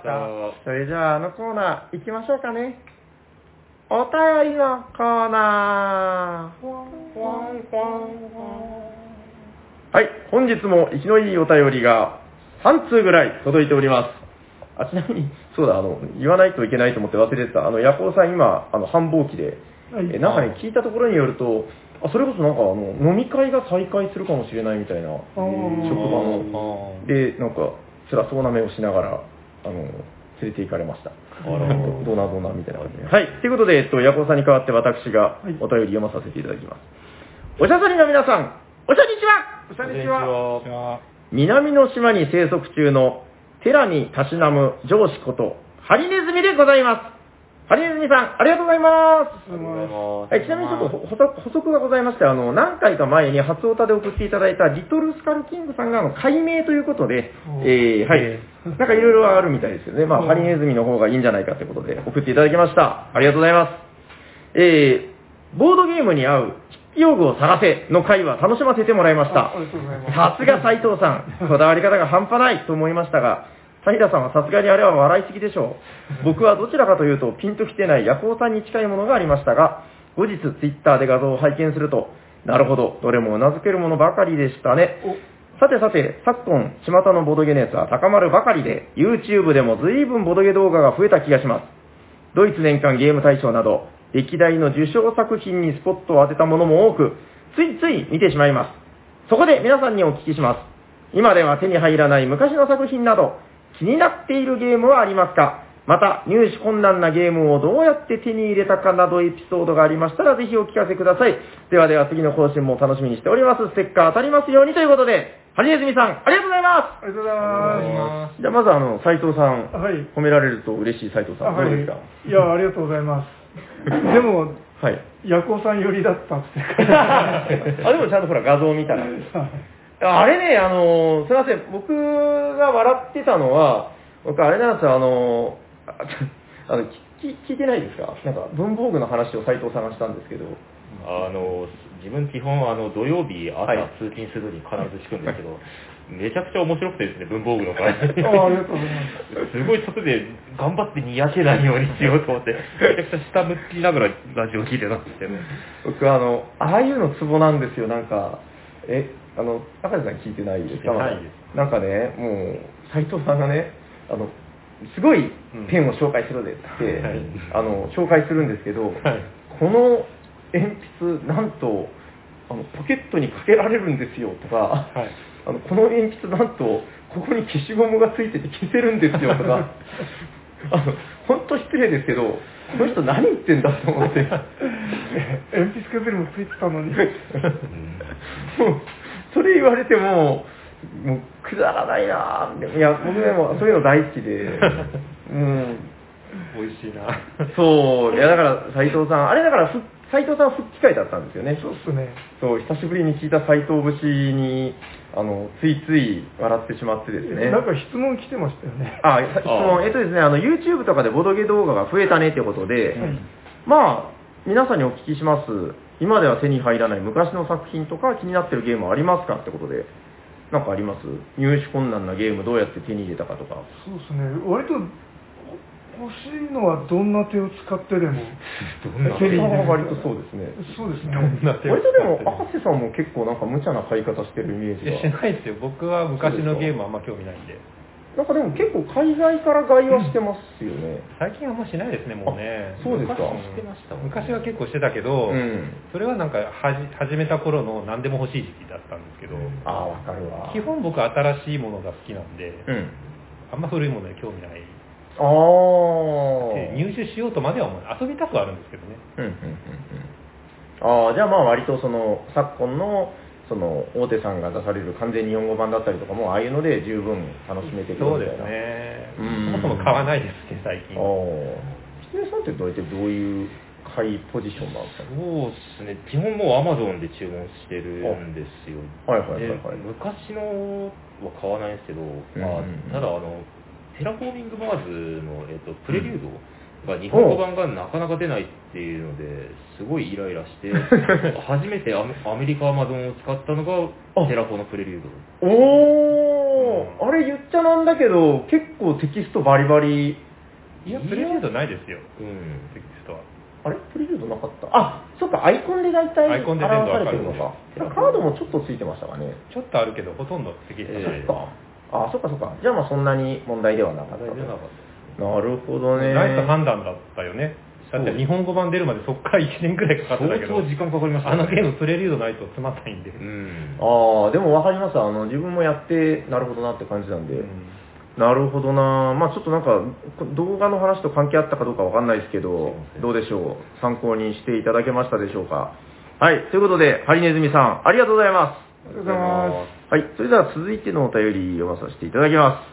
Speaker 4: それじゃあ、あのコーナー行きましょうかね。お便りのコーナー。 本日も生きのいいお便りがさん通ぐらい届いております。あ、ちなみに、そうだ、あの、言わないといけないと思って忘れてた、あの、ヤコウさん今、あの、繁忙期で、はい、えなんかね、聞いたところによると、あそれこそなんかあの飲み会が再開するかもしれないみたいな職場のでなんか辛そうな目をしながらあの連れて行かれました。あらどうなどうなみたいな感じで。はい。ということで、えっと、ヤコウさんに代わって私がお便り読まさせていただきます。おしゃさりの皆さん、おしゃにちは。
Speaker 1: おしゃにちは。
Speaker 4: 南の島に生息中の寺にたしなむ上司ことハリネズミでございます。ハリネズミさん、ありがとうございます。
Speaker 3: ありがとうございます。
Speaker 4: はい、ちなみにちょっと補足補足がございまして、あの、何回か前に初オタで送っていただいたリトルスカルキングさんが、あの、解明ということで、えー、はい。なんかいろいろあるみたいですよね。まあ、ハリネズミの方がいいんじゃないかということで送っていただきました。ありがとうございます。えー、ボードゲームに合う筆記用具を探せの回は楽しませてもらいました。さすが斉藤さん、こだわり方が半端ないと思いましたが、平さんはさすがにあれは笑いすぎでしょう。僕はどちらかというとピンときてないヤコウさんに近いものがありましたが、後日ツイッターで画像を拝見すると、なるほど、どれも頷けるものばかりでしたね。さてさて、昨今、巷のボドゲ熱は高まるばかりで、YouTube でも随分ボドゲ動画が増えた気がします。ドイツ年間ゲーム大賞など、歴代の受賞作品にスポットを当てたものも多く、ついつい見てしまいます。そこで皆さんにお聞きします。今では手に入らない昔の作品など、気になっているゲームはありますか？また、入手困難なゲームをどうやって手に入れたかなどエピソードがありましたら、ぜひお聞かせください。ではでは次の更新も楽しみにしております。ステッカー当たりますようにということで、ハリネズミさん、ありがとうございます。
Speaker 1: ありがとうございます。
Speaker 4: じゃあまずあの、斉藤さん、
Speaker 1: はい、
Speaker 4: 褒められると嬉しい斉藤さん、
Speaker 1: はい、
Speaker 4: どうですか？
Speaker 1: いや、ありがとうございます。でも、はい、ヤコウさん寄りだったって
Speaker 4: あ、でもちゃんとほら画像を見たら。あれね、あの、すいません、僕が笑ってたのは、僕あれなんですよ、あの、あの聞, 聞いてないですか？なんか文房具の話を斉藤さんがしたんですけど、
Speaker 3: あの自分基本あの土曜日朝通勤するのに必ず聞くんですけど、はい、めちゃくちゃ面白くてですね、文房具の話。あありがとうございます。すごい外で頑張ってにやけないようにしようと思って、めちゃくちゃ下向きながらラジオ聞いてたんですけど、
Speaker 4: 僕あのああいうのツボなんですよ。なんかえあの高橋さん聞いてないですか？
Speaker 3: ないです。
Speaker 4: なんかね、もう斉藤さんがね、あのすごいペンを紹介するでって、うんはい、あの紹介するんですけど、はい、この鉛筆なんとあのポケットにかけられるんですよとか、はい、あのこの鉛筆なんとここに消しゴムがついてて消せるんですよとかあの本当失礼ですけど、この人何言ってんだと思って
Speaker 1: 鉛筆削りもついてたのにもう
Speaker 4: それ言われてももうくだらないなぁ。いや、僕でもそういうの大好きで、うん、
Speaker 2: 美味しいな。
Speaker 4: そう、いやだから斉藤さん、あれだから斉藤さん復帰会だったんですよね。
Speaker 1: そうっすね。
Speaker 4: そう、久しぶりに聞いた斉藤節にあのついつい笑ってしまってですね。
Speaker 1: なんか質問来てましたよね。
Speaker 4: あ、質問、えっとですね、あの YouTube とかでボドゲ動画が増えたねということで、はい、まあ皆さんにお聞きします。今では手に入らない昔の作品とか気になってるゲームはありますかってことで。なんかあります？入手困難なゲームどうやって手に入れたかとか。
Speaker 1: そうですね。割と欲しいのはどんな手を使ってでも
Speaker 4: 手に入れる。割とそうですね。
Speaker 1: そうですね。
Speaker 4: 割とでも赤瀬さんも結構なんか無茶な買い方してるイメージが。
Speaker 2: しないですよ。僕は昔のゲームあんま興味ないんで。
Speaker 4: なんかでも結構海外から外はしてますよね。
Speaker 2: 最近あんましないですね、もうね。
Speaker 4: そうですか。
Speaker 3: してましたもん。
Speaker 2: 昔は結構してたけど、うん、それはなんかはじ始めた頃の何でも欲しい時期だったんですけど、
Speaker 4: ああ、わかるわ。
Speaker 2: 基本僕新しいものが好きなんで、うん、あんま古いものに興味ない。
Speaker 4: ああ。
Speaker 2: 入手しようとまでは思う。遊びたくはあるんですけどね。
Speaker 4: うんうんうんうん。ああ、じゃあまあ割とその昨今のその大手さんが出される完全日本語版だったりとかもああいうので十分楽しめてくるみたいな。
Speaker 2: そうですね。そもそも買わないですね、最近。
Speaker 4: ああ。ひとりさんってどうやってどういう買いポジションなんですか？
Speaker 3: そうですね。基本もう Amazon で注文してるんですよ。
Speaker 4: はいはいはいはい。
Speaker 3: 昔のは買わないんですけど、まあ、ただあのテラフォーミングマーズの、えっと、プレリュード、うんが日本語版がなかなか出ないっていうのですごいイライラして初めてアメ、アメリカアマゾンを使ったのがテラフォのプレリュード。
Speaker 4: おー、うん、あれ言っちゃなんだけど結構テキストバリバリ。
Speaker 2: いやプレリュードないですよ、
Speaker 3: うん、
Speaker 2: テキストは。
Speaker 4: あれプレリュードなかった？あ、そっかアイコンで大体
Speaker 2: アイコンで
Speaker 4: 表
Speaker 2: 全部わかる
Speaker 4: されてるのか。カードもちょっとついてましたかね。
Speaker 2: ちょっとあるけど、ほとんどテキストない。
Speaker 4: そっか。あ、そっかそっか。じゃあまあそんなに問題ではなかったと。
Speaker 3: 問題でなかった
Speaker 4: なるほどね。
Speaker 2: ナイス判断だったよね。だって日本語版出るまでそっからいちねんくらいかかってたけど、
Speaker 3: 相当時間かかりましたね。
Speaker 2: あのゲームプレリュードないとつまんないんで。
Speaker 3: うん。
Speaker 4: ああ、でもわかります。あの、自分もやって、なるほどなって感じなんで。なるほどな。まあちょっとなんか、動画の話と関係あったかどうかわかんないですけど、どうでしょう。参考にしていただけましたでしょうか。はい。ということで、ハリネズミさん、ありがとうございます。
Speaker 1: ありがとうございます。
Speaker 4: はい。それでは続いてのお便り読まさせていただきます。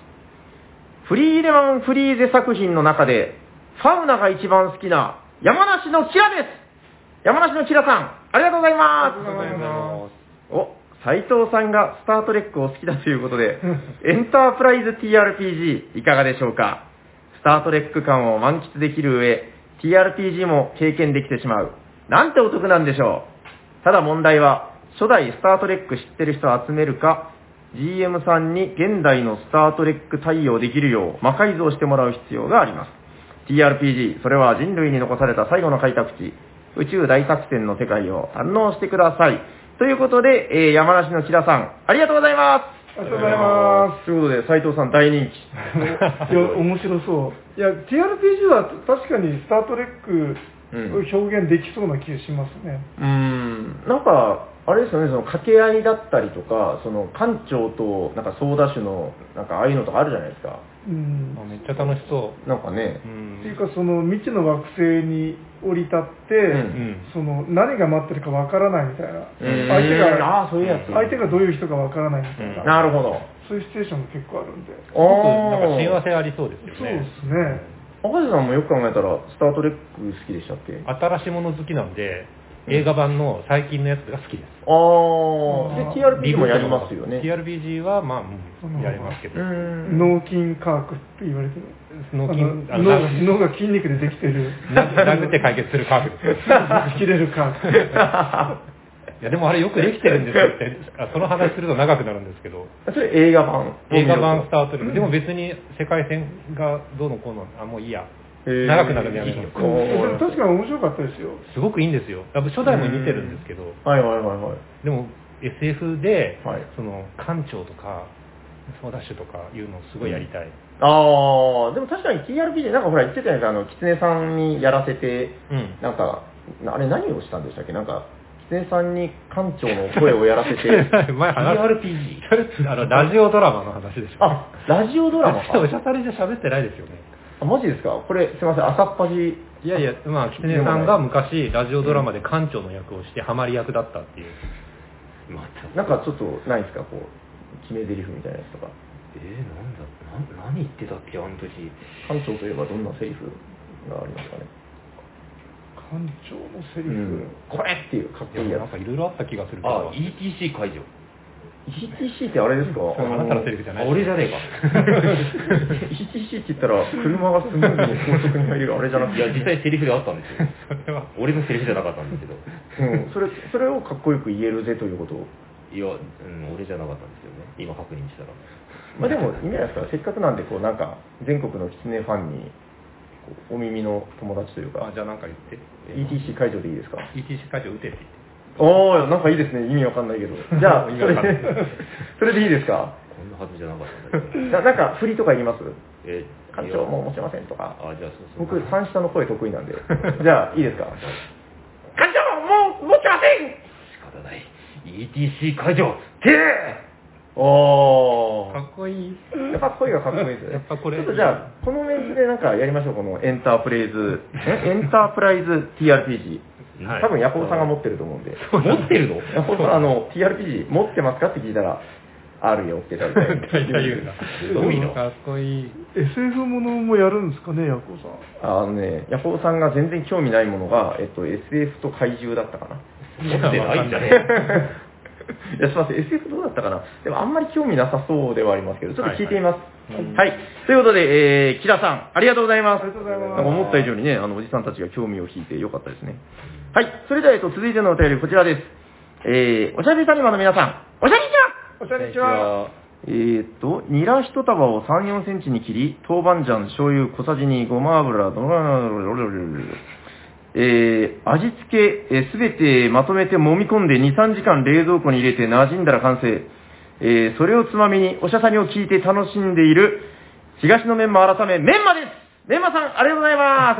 Speaker 4: フリーレマンフリーゼ作品の中で、ファウナが一番好きな山梨のキラです。山梨のキラさん、ありがとうございます。
Speaker 1: ありがとうございます。
Speaker 4: お、斉藤さんがスタートレックを好きだということで、エンタープライズ ティーアールピージー いかがでしょうか。スタートレック感を満喫できる上、ティーアールピージー も経験できてしまう。なんてお得なんでしょう。ただ問題は、初代スタートレック知ってる人を集めるか、ジーエム さんに現代のスタートレック対応できるよう魔改造してもらう必要があります。ティーアールピージー、それは人類に残された最後の開拓地、宇宙大作戦の世界を堪能してください。ということで、えー、山梨の木田さん、ありがとうございます。
Speaker 1: ありがとうございます。
Speaker 4: ということで、斉藤さん大人気。
Speaker 1: いや、面白そう。いや、ティーアールピージー は確かにスタートレックを表現できそうな気がしますね。
Speaker 4: うーん、なんか、あれですよね、その掛け合いだったりとか、その艦長となんかソーダ種のなんかああいうのとかあるじゃないですか。
Speaker 1: うん。
Speaker 2: めっちゃ楽しそう。
Speaker 4: なんかね。
Speaker 2: うん、
Speaker 1: っていうか、その未知の惑星に降り立って、
Speaker 4: うん、
Speaker 1: その何が待ってるかわからないみたいな。
Speaker 4: うん
Speaker 1: 相手が、
Speaker 4: あーそういうやつ
Speaker 1: 相手がどういう人かわからないみたいな。
Speaker 2: うん
Speaker 4: なるほど。
Speaker 1: そういうシチュエーションが結構あるんで。
Speaker 2: すごくなんか親和性ありそうですよ
Speaker 1: そうで
Speaker 2: ね。
Speaker 1: すね。
Speaker 4: 赤瀬さんもよく考えたら、スタートレック好きでしたっけ？
Speaker 2: 新しいもの好きなんで、映画版の最近のやつが好きです。
Speaker 4: あー、で、ティーアールピージー もやりますよね。
Speaker 2: ティーアールピージー は、まあ、うんやりますけど。
Speaker 4: うん。
Speaker 1: 脳筋科学って言われてる。
Speaker 2: 脳筋、
Speaker 1: あの脳脳が筋肉でできてる。
Speaker 2: 殴って解決する科学です。
Speaker 1: 切れる科学。
Speaker 2: いや、でもあれよくできてるんですよって、あその話すると長くなるんですけど、
Speaker 4: それ映画版。
Speaker 2: 映画版スタートレック、でも別に世界線がどうのこうの、あ、もういいや。長くなるんでやめよう。
Speaker 1: でも確かに面白かったですよ。
Speaker 2: すごくいいんですよ。やっぱ初代も見てるんですけど、
Speaker 4: はいはいはいはい。
Speaker 2: でも エスエフ で、
Speaker 4: はい
Speaker 2: その艦長とか、ソーダッシュとかいうのをすごいやりたい。
Speaker 4: あー、でも確かに ティーアールピージー、なんかほら言ってたやつ、あの、キツネさんにやらせて、
Speaker 2: うん
Speaker 4: なんか、あれ何をしたんでしたっけ？なんか、キツネさんに艦長の声をやらせて、
Speaker 2: 前話
Speaker 3: ティーアールピージー
Speaker 2: それあのラジオドラマの話でしょ。
Speaker 4: あ、ラジオドラマか。
Speaker 2: おしゃさりじゃ喋ってないですよね。
Speaker 4: あ、マジですか？これ、すいません、朝っぱじ。
Speaker 2: いやいや、まあ、キツネさんが昔、ラジオドラマで艦長の役をして、ハマり役だったっていう。
Speaker 3: また
Speaker 4: なんかちょっと、ないですか、こう、決め台詞みたいなやつとか。
Speaker 3: えー、なんだな何言ってたっけあの時。
Speaker 4: 艦長といえばどんなセリフがありますかね。
Speaker 1: 艦長のセリフ。
Speaker 4: うん、これっていうかっこいいやつ。
Speaker 2: なんかいろいろあった気がするけど。
Speaker 3: あ、イーティーシー 解除。
Speaker 4: イーティーシー ってあれですか？
Speaker 2: あなたのセリフじゃない。
Speaker 3: 俺じゃねえか。
Speaker 4: イーティーシー って言ったら、車がスムーズに高速に入れるあれじゃなくて。
Speaker 3: いや、実際セリフであったんですよ。
Speaker 2: それは。
Speaker 3: 俺のセリフじゃなかったんですけど。
Speaker 4: うん、それ、それをかっこよく言えるぜということを。
Speaker 3: いや、うん、俺じゃなかったんですよね。今確認したら。
Speaker 4: まあでも、いいんじゃないですか。せっかくなんで、こう、なんか、全国のキツネファンに、こうお耳の友達というか
Speaker 2: あ、、じゃあなんか言って。
Speaker 4: イーティーシー 解除でいいですか？
Speaker 2: イーティーシー 会長打てって言って。
Speaker 4: おー、なんかいいですね。意味わかんないけど。じゃあ、それ
Speaker 2: 意味わかんない
Speaker 4: で、それでいいですか？
Speaker 3: こんなはずじゃなかったんだけど。
Speaker 4: ななんか、振りとか言います？
Speaker 3: え
Speaker 4: 艦長もう持ちませんとか。
Speaker 3: あ、じゃあそうそう。
Speaker 4: 僕、三下の声得意なんで。じゃあ、いいですか？艦長もう持ちません
Speaker 3: 仕方ない。イーティーシー 解除
Speaker 4: ておー。
Speaker 2: かっこいい。
Speaker 4: やっぱ声がかっこいいですよね。
Speaker 2: やっぱこれ
Speaker 4: ちょっとじゃあ、このメンツでなんかやりましょう、このエンタープレイズ、えエンタープライズ ティーアールピージー。
Speaker 2: はい
Speaker 4: 多分ヤコブさんが持ってると思うんで。
Speaker 3: 持ってるの
Speaker 4: ヤコブさん、あの、ティーアールピージー 持ってますかって聞いたら、あるよって大体。
Speaker 2: 大体言うんだ。
Speaker 3: すごいな
Speaker 2: かっこいい。
Speaker 1: エスエフ ものもやるんですかね、ヤコウさん。
Speaker 4: あのね、ヤコブさんが全然興味ないものが、えっと、エスエフ と怪獣だったかな。
Speaker 3: 持ってないんじゃねえ
Speaker 4: いや、すみません、エスエフ どうだったかな。でもあんまり興味なさそうではありますけど、ちょっと聞いてみます。
Speaker 2: はいはい
Speaker 4: はい。ということで、えー、キラさん、ありがとうございます。
Speaker 1: ありがとうございます
Speaker 4: なんか思った以上にね、あの、おじさんたちが興味を引いてよかったですね。はい。それでは、えっと、続いてのお便り、こちらです。えー、おしゃべりサニバの皆さん、おしゃにちは
Speaker 1: おしゃにちは。
Speaker 4: えーっと、ニラ一束をさん、よんセンチに切り、豆板醤、醤油、小さじに、ごま油、ドロロロロロロロロロええー、味付けすべ、えー、てまとめて揉み込んでに、さんじかん冷蔵庫に入れて馴染んだら完成。えー、それをつまみにおしゃさにを聞いて楽しんでいる東のメンマ改めメンマです。メンマさんありがとうございます。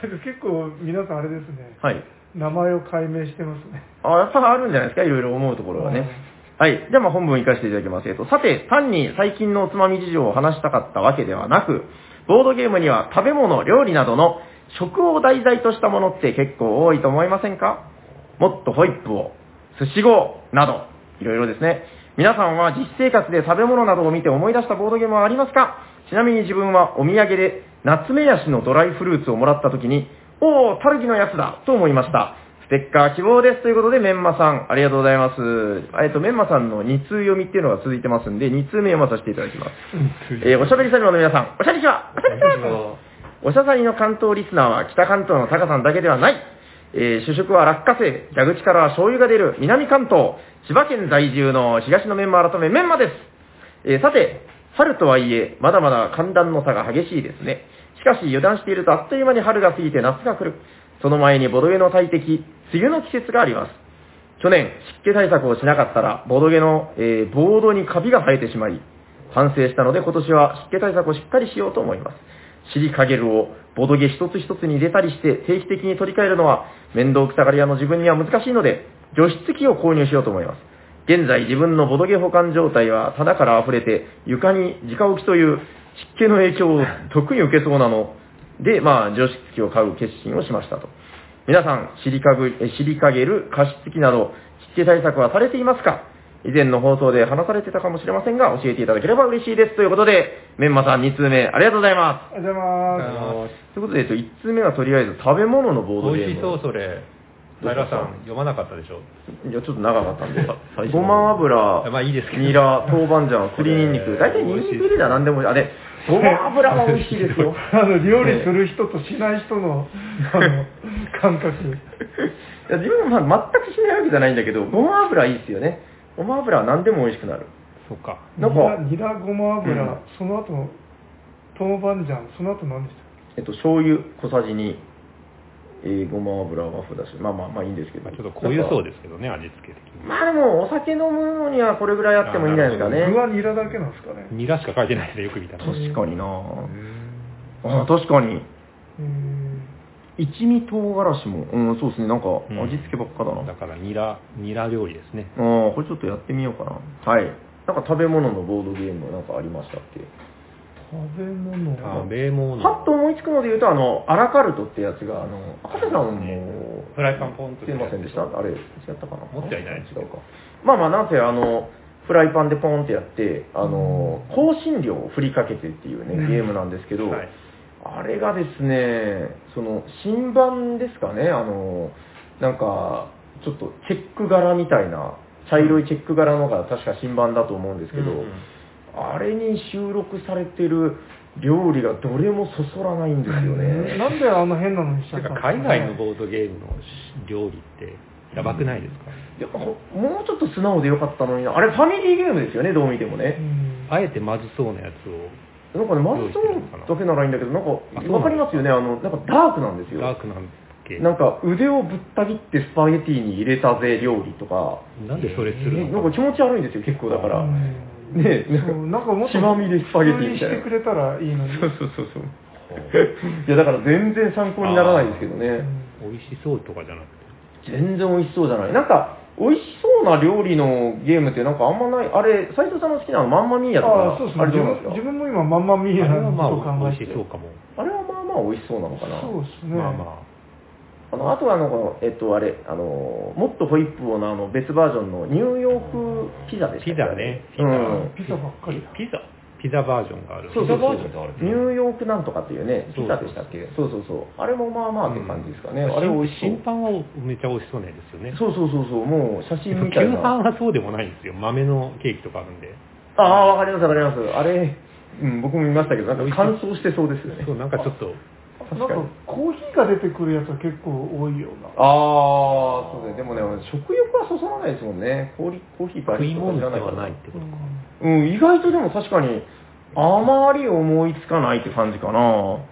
Speaker 1: 結構皆さんあれですね。
Speaker 4: はい。
Speaker 1: 名前を解明してますね。
Speaker 4: あ、やっぱあるんじゃないですか、いろいろ思うところはね。はい。じゃあまあ本文行かせていただきます。えっと、さて、単に最近のおつまみ事情を話したかったわけではなく、ボードゲームには食べ物、料理などの食を題材としたものって結構多いと思いませんか？もっとホイップを、寿司号など、いろいろですね。皆さんは実生活で食べ物などを見て思い出したボードゲームはありますか？ちなみに自分はお土産でナツメヤシのドライフルーツをもらった時に、おー、タルギのやつだと思いました。ステッカー希望ですということで、メンマさん、ありがとうございます。えっと、メンマさんのに通読みっていうのが続いてますんで、に通目読まさせていただきます。えー、おしゃべりサニバの皆さん、おしゃにちはおしゃにちはおしゃさにの関東リスナーは北関東のタカさんだけではない。えー、主食は落花生、蛇口からは醤油が出る南関東、千葉県在住の東のメンマ改めメンマです。えー、さて、春とはいえ、まだまだ寒暖の差が激しいですね。しかし油断しているとあっという間に春が過ぎて夏が来る。その前にボドゲの大敵、梅雨の季節があります。去年、湿気対策をしなかったら、ボドゲの、えー、ボードにカビが生えてしまい、反省したので今年は湿気対策をしっかりしようと思います。シリカゲルをボドゲ一つ一つに入れたりして定期的に取り替えるのは面倒くさがり屋の自分には難しいので、除湿機を購入しようと思います。現在自分のボドゲ保管状態は棚から溢れて床に直置きという湿気の影響を特に受けそうなので、まあ除湿機を買う決心をしましたと。皆さん、シリカグ、シリカゲル、加湿器など湿気対策はされていますか？以前の放送で話されてたかもしれませんが、教えていただければ嬉しいです。ということで、メンマさんに通目、ありがとうございます。
Speaker 1: ありがとうございます。
Speaker 4: ということで、えっと、いち通目はとりあえず食べ物のボードゲーム。
Speaker 2: 美味しそう、それ。平さん、読まなかったでしょ？
Speaker 4: いや、ちょっと長かったんで。ごま油、
Speaker 2: まあいいですけど、
Speaker 4: ニラ、豆板醤、すりニンニク。大体ニンニク入れたら何でもいい。あれ、ごま油は美味しいですよ。
Speaker 1: あの、料理する人としない人の、あの、感覚。い
Speaker 4: や、自分はまあ全くしないわけじゃないんだけど、ごま油いいですよね。ごま油は何でも美味しくなる。
Speaker 2: そっか。
Speaker 1: なんか、ニラ、ごま油、うん、その後、豆板醤、その後何でした
Speaker 4: えっと、醤油小さじに、えー、ごま油はふだし、まあまあまあいいんですけど。
Speaker 2: まあ、ちょっと濃ゆそうですけどね、味付け的に。
Speaker 4: まあでも、お酒飲むのにはこれぐらいあってもいいんじゃないですかね。
Speaker 1: 具はニラだけなんですかね。
Speaker 2: ニラしか書いてないですね、よく見たら。
Speaker 4: 確かになあ、確かに。一味唐辛子も、うん、そうですね、なんか味付けばっかだな。うん、
Speaker 2: だからニラ、ニラ料理ですね。
Speaker 4: ああ、これちょっとやってみようかな。はい。なんか食べ物のボードゲームなんかありましたっけ？
Speaker 1: 食べ物
Speaker 2: 食べ物
Speaker 4: パッと思いつくので言うと、あの、アラカルトってやつが、あの、赤瀬さんも、
Speaker 2: フライパンポンと
Speaker 4: してませんでした？あれ、違ったかな？
Speaker 2: 持ってはいない
Speaker 4: 違うか。まあまあ、なんせ、あの、フライパンでポンってやって、あの、香辛料を振りかけてっていうね、ゲームなんですけど、はい、あれがですね、その、新版ですかね、あの、なんか、ちょっとチェック柄みたいな、茶色いチェック柄のが確か新版だと思うんですけど、うんうん、あれに収録されてる料理がどれもそそらないんですよね。
Speaker 1: なんであの変なのにしちゃったんですか？
Speaker 2: 海外のボードゲームの料理ってやばくないですか？
Speaker 4: いや、もうちょっと素直でよかったのにな。あれファミリーゲームですよね、どう見てもね。
Speaker 2: あえてまずそうなやつを。
Speaker 4: なんかね、まずそうだけならいいんだけど、なんか、わかりますよね、あの、なんかダークなんですよ。
Speaker 2: ダークなんけ
Speaker 4: なんか腕をぶった切ってスパゲティに入れたぜ料理とか。
Speaker 2: なんでそれするの？
Speaker 4: なんか気持ち悪いんですよ、結構だから。ねえ、
Speaker 1: なんかもっと
Speaker 4: 血まみれスパゲティみたいな。
Speaker 1: してくれたらいいのに。
Speaker 4: そうそうそうそう。いやだから全然参考にならないですけどね。
Speaker 2: 美味しそうとかじゃなくて。
Speaker 4: 全然美味しそうじゃない。なんか美味しそうな料理のゲームってなんかあんまない。あれ斉藤さんの好きなのマンマミーヤとか。
Speaker 1: あ、そうですね。あれどうですか？自分も今マンマミーヤのこと考えて。
Speaker 2: 美味しそうかも。
Speaker 4: あれはまあまあ美味しそうなのかな。
Speaker 1: そうですね。
Speaker 2: まあまあ。
Speaker 4: あのあとはあの、えっと、あれ、あの、もっとホイップをのあの別バージョンのニューヨークピザでしたっけ？
Speaker 2: ピザね。
Speaker 1: ピザ、うん、ピザばっかり。
Speaker 2: ピザピザバージョンがある。
Speaker 4: そうそうそう。ニューヨークなんとかっていうね、ピザでしたっけ？そうそうそう。あれもまあまあって感じですかね。うん、あれ美味しそう。
Speaker 2: 新パンはめっちゃ美味しそうなやつですよね。
Speaker 4: そうそうそうそう。もう写真みたいな。
Speaker 2: 旧パンはそうでもないんですよ。豆のケーキとかあるんで。
Speaker 4: ああ、わかりますわかります。あれ、うん、僕も見ましたけど、なんか乾燥してそうですよね。
Speaker 2: そう、なんかちょっと。
Speaker 1: なんかコーヒーが出てくるやつは結構多いような。
Speaker 4: ああ、そうね。でもね、食欲はそそらないですもんね。コーヒー、コーヒー
Speaker 2: バリッとかじゃないはないってことか。
Speaker 4: うん、意外とでも確かに、あまり思いつかないって感じかな。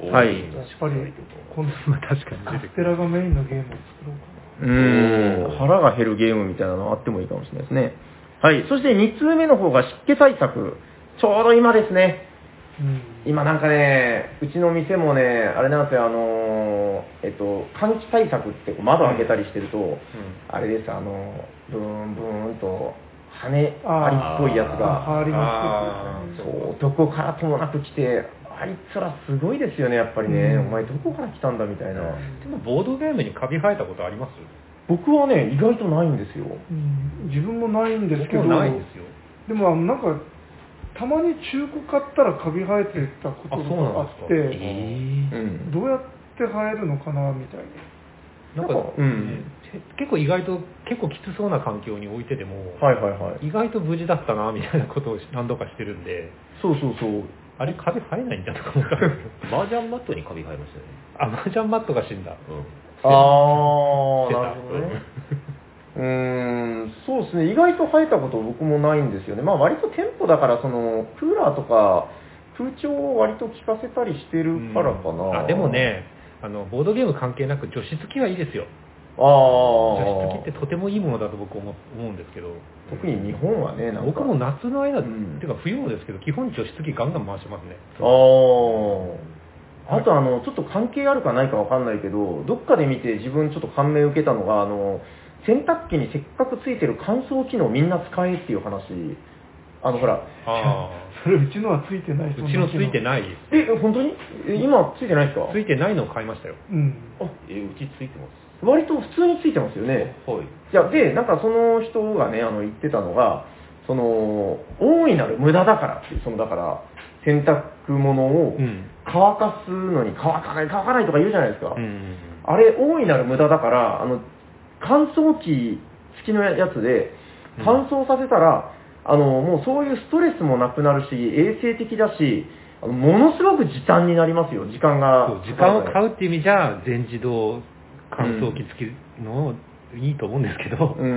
Speaker 4: はい。
Speaker 1: やっぱり、今度、
Speaker 2: 確かに
Speaker 1: カステラがメインのゲームを作ろうか
Speaker 4: うーん、腹が減るゲームみたいなのあってもいいかもしれないですね。はい。そしてみっつめの方が湿気対策。ちょうど今ですね。
Speaker 1: な。うん。
Speaker 4: 今なんかね、うちの店もね、あれなんですよ、あのー、えっと、換気対策ってこう窓開けたりしてると、うん、あれです、あの、ブーンブーンと、羽、針っぽいやつが、
Speaker 1: ありま
Speaker 4: すけど、そう、どこからともなく来て、あいつらすごいですよね、やっぱりね、うん、お前どこから来たんだみたいな。
Speaker 2: でもボードゲームにカビ生えたことあります？
Speaker 4: 僕はね、意外とないんですよ。
Speaker 1: うん、自分もないんですけど、
Speaker 2: ないんですよ。
Speaker 1: でもなんか、たまに中古買ったらカビ生えてたことがあって、えー、どうやって生えるのかなみたい
Speaker 2: な。なんか、うん、結構意外と結構きつそうな環境に置いてても、
Speaker 4: はいはいはい、
Speaker 2: 意外と無事だったなみたいなことを何度かしてるんで、
Speaker 4: そうそうそう。
Speaker 2: あれカビ生えないんだとか思ったんですけど、
Speaker 3: マージャンマットにカビ生えましたよね。
Speaker 2: あ、マージャンマットが死んだ。うん、
Speaker 4: ああ、なるほどね。うーん、そうですね、意外と生えたこと僕もないんですよね。まあ割と店舗だからそのクーラーとか空調を割と効かせたりしてるからかな。
Speaker 2: あ、でもね、あのボードゲーム関係なく除湿機はいいですよ。
Speaker 4: ああ、
Speaker 2: 除湿機ってとてもいいものだと僕思うんですけど、
Speaker 4: 特に日本はね、なんか
Speaker 2: 僕も夏の間、うん、っていうか冬もですけど基本除湿機ガンガン回してますね。
Speaker 4: ああ、あとあのちょっと関係あるかないかわかんないけど、どっかで見て自分ちょっと感銘を受けたのが、あの洗濯機にせっかくついてる乾燥機能みんな使えっていう話。あのほら、
Speaker 1: あそれうちのはついてない。
Speaker 2: うちのついてない。
Speaker 4: え、本当に？え、今ついてないですか？
Speaker 2: ついてないのを買いましたよ。
Speaker 1: うん。
Speaker 3: あ、え、うちついてます。
Speaker 4: 割と普通についてますよね。
Speaker 3: はい。
Speaker 4: いや、で、なんかその人がね、あの言ってたのが、その、大いなる無駄だからっていう、そのだから、洗濯物を乾かすのに乾かない、乾かないとか言うじゃないですか。うん、あれ、大いなる無駄だから、あの、乾燥機付きのやつで、乾燥させたら、うん、あの、もうそういうストレスもなくなるし、衛生的だし、あのものすごく時短になりますよ、時間が。
Speaker 2: 時間を買うっていう意味じゃ、全自動乾燥機付きの、うん、いいと思うんですけど、うん、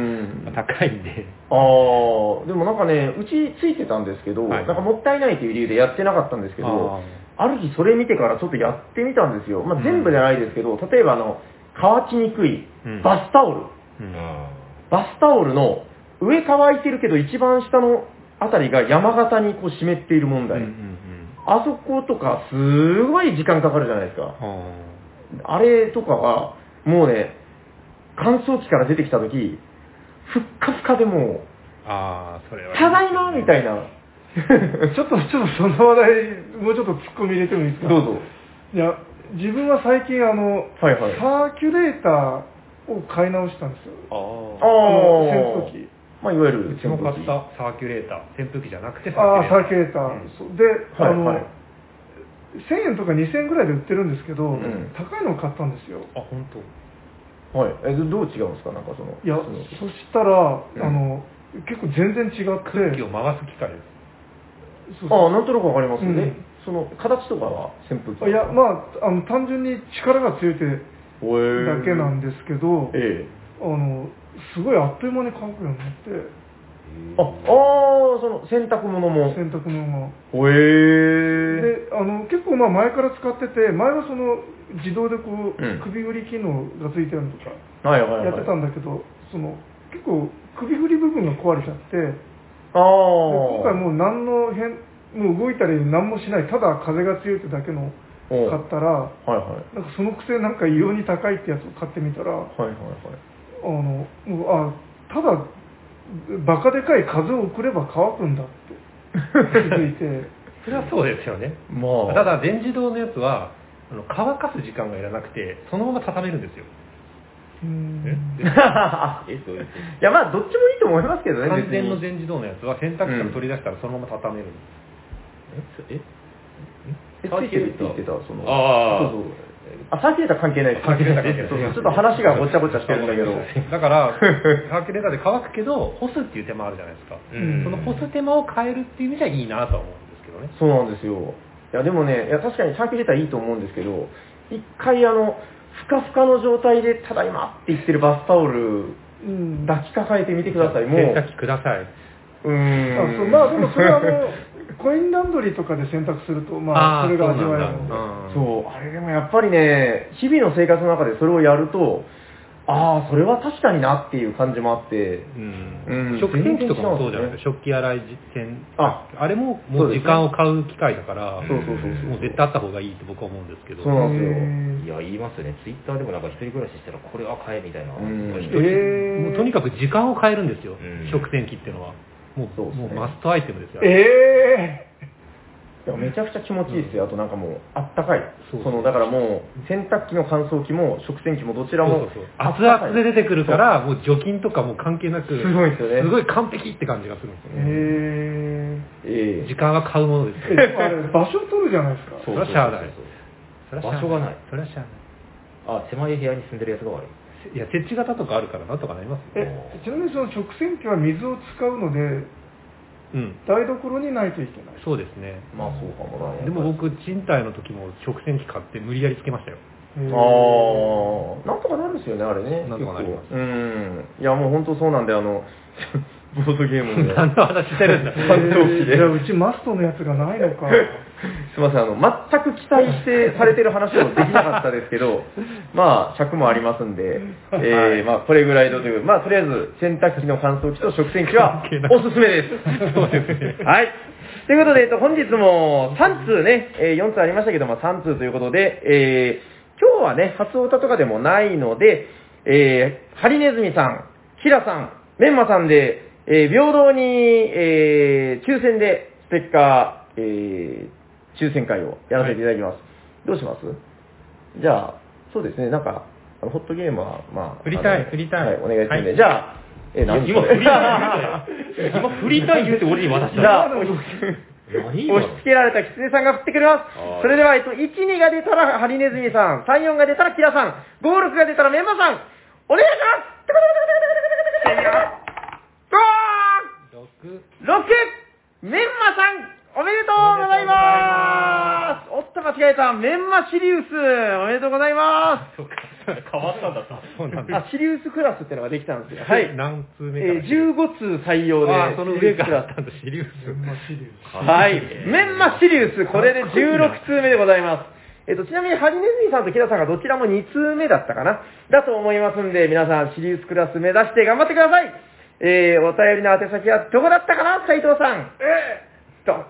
Speaker 2: 高いんで。
Speaker 4: ああ、でもなんかね、うちついてたんですけど、はい、なんかもったいないという理由でやってなかったんですけど、あ, ある日それ見てからちょっとやってみたんですよ。まあ、全部じゃないですけど、うん、例えばあの、乾きにくいバスタオル、うん、バスタオルの上乾いてるけど一番下のあたりが山形にこう湿っている問題、うんうんうん、あそことかすごい時間かかるじゃないですか、うん、あれとかはもうね、乾燥機から出てきた時ふっかふかでもう、
Speaker 2: あー、それは、ね、
Speaker 4: ただいまみたいな
Speaker 1: ちょっとちょっとその話題もうちょっと突っ込み入れてもいいですか？
Speaker 4: どうぞ。
Speaker 1: いや、自分は最近あの、
Speaker 4: はいはい、
Speaker 1: サーキュレーターを買い直したんですよ。
Speaker 2: あ
Speaker 1: あ、扇風機。
Speaker 4: まあ、いわゆる
Speaker 2: うちも買ったサーキュレーター、扇風機じゃなくて
Speaker 1: サーキュレーター。ああ、サーキュレーター。うん、で、あの、
Speaker 4: はいはい、
Speaker 1: せんえんとかにせんえんぐらいで売ってるんですけど、うん、高いのを買ったんですよ。
Speaker 2: あ、本当。
Speaker 4: はい。え、どう違うんですか、なんかその。
Speaker 1: いや、そしたら、うん、あの、結構全然違って。
Speaker 2: 空気を回す機械です。
Speaker 1: そうそう、
Speaker 4: ああ、なんとなくわかりますよね。うん、その形とかは扇風機？
Speaker 1: いや、まあ、あの単純に力が強いってだけなんですけど、
Speaker 4: ええ、
Speaker 1: あのすごいあっという間に乾くようになって。
Speaker 4: ああ、その洗濯物も。
Speaker 1: 洗濯物が。
Speaker 4: へえ。
Speaker 1: で、あの結構まあ前から使ってて、前はその自動でこう、うん、首振り機能がついてるのとかやってたんだけど、はいはいはい、その結構首振り部分が壊れちゃって。
Speaker 4: あ
Speaker 1: 今回もう何の変もう動いたり何もしない、ただ風が強いってだけの買ったら、はいはい、なんかそのくせなんか異様に高いってやつを買ってみたら、はいはいはい、あのもうあただバカでかい風を送れば乾くんだって気づいて
Speaker 2: それはそうですよね、
Speaker 4: まあ、
Speaker 2: ただ全自動のやつはあの乾かす時間がいらなくてそのまま畳めるんですよ。
Speaker 1: うーん
Speaker 4: ええそういういやまあどっちもいいと思いますけどね。
Speaker 2: 完全の全自動のやつは洗濯機から取り出したらそのまま畳めるんです、
Speaker 4: うん、ええついてるって言ってたその
Speaker 2: あ
Speaker 4: そうそうあサーキュレーター関係ないです。
Speaker 2: サーキュレーター関係ない。
Speaker 4: ちょっと話がごちゃごちゃしてるんだけど
Speaker 2: だからサーキュレーターで乾くけど干すっていう手間あるじゃないですか、うん、その干す手間を変えるっていう意味じゃいいなとは思うんですけどね。
Speaker 4: そうなんですよ。いやでもね、いや確かにサーキュレーターいいと思うんですけど、一回あのふかふかの状態でただいまって言ってるバスタオル、うん、抱きかかえてみてください。もう
Speaker 2: 洗濯機ください。
Speaker 4: うーん
Speaker 1: あそうまあでもそれはあのコインランドリーとかで選択すると、まあ、それが味わえるので。
Speaker 4: そう、あれでもやっぱりね、日々の生活の中でそれをやると、ああ、それは確かになっていう感じもあって、
Speaker 2: うんうん、食洗機とかもそうじゃないですか、食器洗い店、ああれももう時間を買う機会だから、そうそうそうそうもう絶対あった方がいいって僕は思うんですけど、
Speaker 3: そうなんですよ。いや、言いますよね、ツイッターでもなんか一人暮らししたら、これは買えみたいな、うん、
Speaker 2: 一人もうとにかく時間を変えるんですよ、うん、食洗機っていうのは。もう、そうですね、もうマストアイテムですよ。
Speaker 1: えー
Speaker 4: いやめちゃくちゃ気持ちいいですよ、うん、あとなんかもうあったかい、そのだからもう洗濯機の乾燥機も食洗機もどちらも
Speaker 2: そうそうそう熱々で出てくるからもう除菌とかも関係なく
Speaker 4: すごいですよね、
Speaker 2: すごい完璧って感じがするんですよね。
Speaker 4: へー、
Speaker 2: 時間は買うものです
Speaker 1: よ、ね、あれ場所取るじゃないですか。
Speaker 2: それはしゃあない、
Speaker 3: 場所がない、
Speaker 2: それはしゃあない。
Speaker 3: あ、狭い部屋に住んでるやつが悪い。
Speaker 2: いや設置型とかあるからなんとかなりますよ。
Speaker 1: えちなみにその食洗機は水を使うのでうん、台所にないといけない。
Speaker 2: そうですね。
Speaker 4: まあそうかもな。
Speaker 2: でも僕賃貸の時も食洗機買って無理やりつけましたよ。
Speaker 4: ああ、なんとかなるんですよねあれね。
Speaker 2: なんとかなります。
Speaker 4: うん。いやもう本当そうなんであのボードゲーム
Speaker 2: で何の話してるんだ。
Speaker 1: 担当機で。いやうちマストのやつがないのか。
Speaker 4: すみません、あの全く期待してされてる話もできなかったですけど、まあ尺もありますんで、えー、はい、まあこれぐらいのという、まあとりあえず洗濯機の乾燥機と食洗機はおすすめです。そうですね。はい。ということで、えっと本日もさん通ね、えー、よん通ありましたけど、まあさん通ということで、えー、今日はね初歌とかでもないので、えー、ハリネズミさん、キラさん、メンマさんで、えー、平等に、えー、抽選でステッカー、えー抽選会をやらせていただきます。はい、どうしますじゃあ、そうですね、なんか、あのホットゲームは、まあ。
Speaker 2: 振りたい、振りたい。
Speaker 4: はい、お願いしますね。はい、じゃあ、
Speaker 3: え、何今振りたい今振りたい言うて俺に渡した。
Speaker 4: じゃあ、押し付けられたキツネさんが振ってくれます。それでは、えっと、いち、にが出たらハリネズミさん、さん、よんが出たらキラさん、ご、ろくが出たらメンマさん、お願いしますご、ろく、メンマさん、おめでとうございます。おっと間違えた。メンマシリウスおめでとうございます。
Speaker 3: そうか変わったんだった。そうなん
Speaker 4: だ。あ、シリウスクラスってのができたんですよ。はい。
Speaker 2: 何通目
Speaker 4: か、えー、じゅうご通採用で。
Speaker 2: あ、その上があったんだ、シリウス。メンマシリウス。
Speaker 4: はい。メンマシリウス、これでじゅうろく通目でございます。えっと、ちなみにハリネズミさんとキラさんがどちらもに通目だったかなだと思いますんで、皆さんシリウスクラス目指して頑張ってください。えー、お便りの宛先はどこだったかな斉藤さん。えー、と。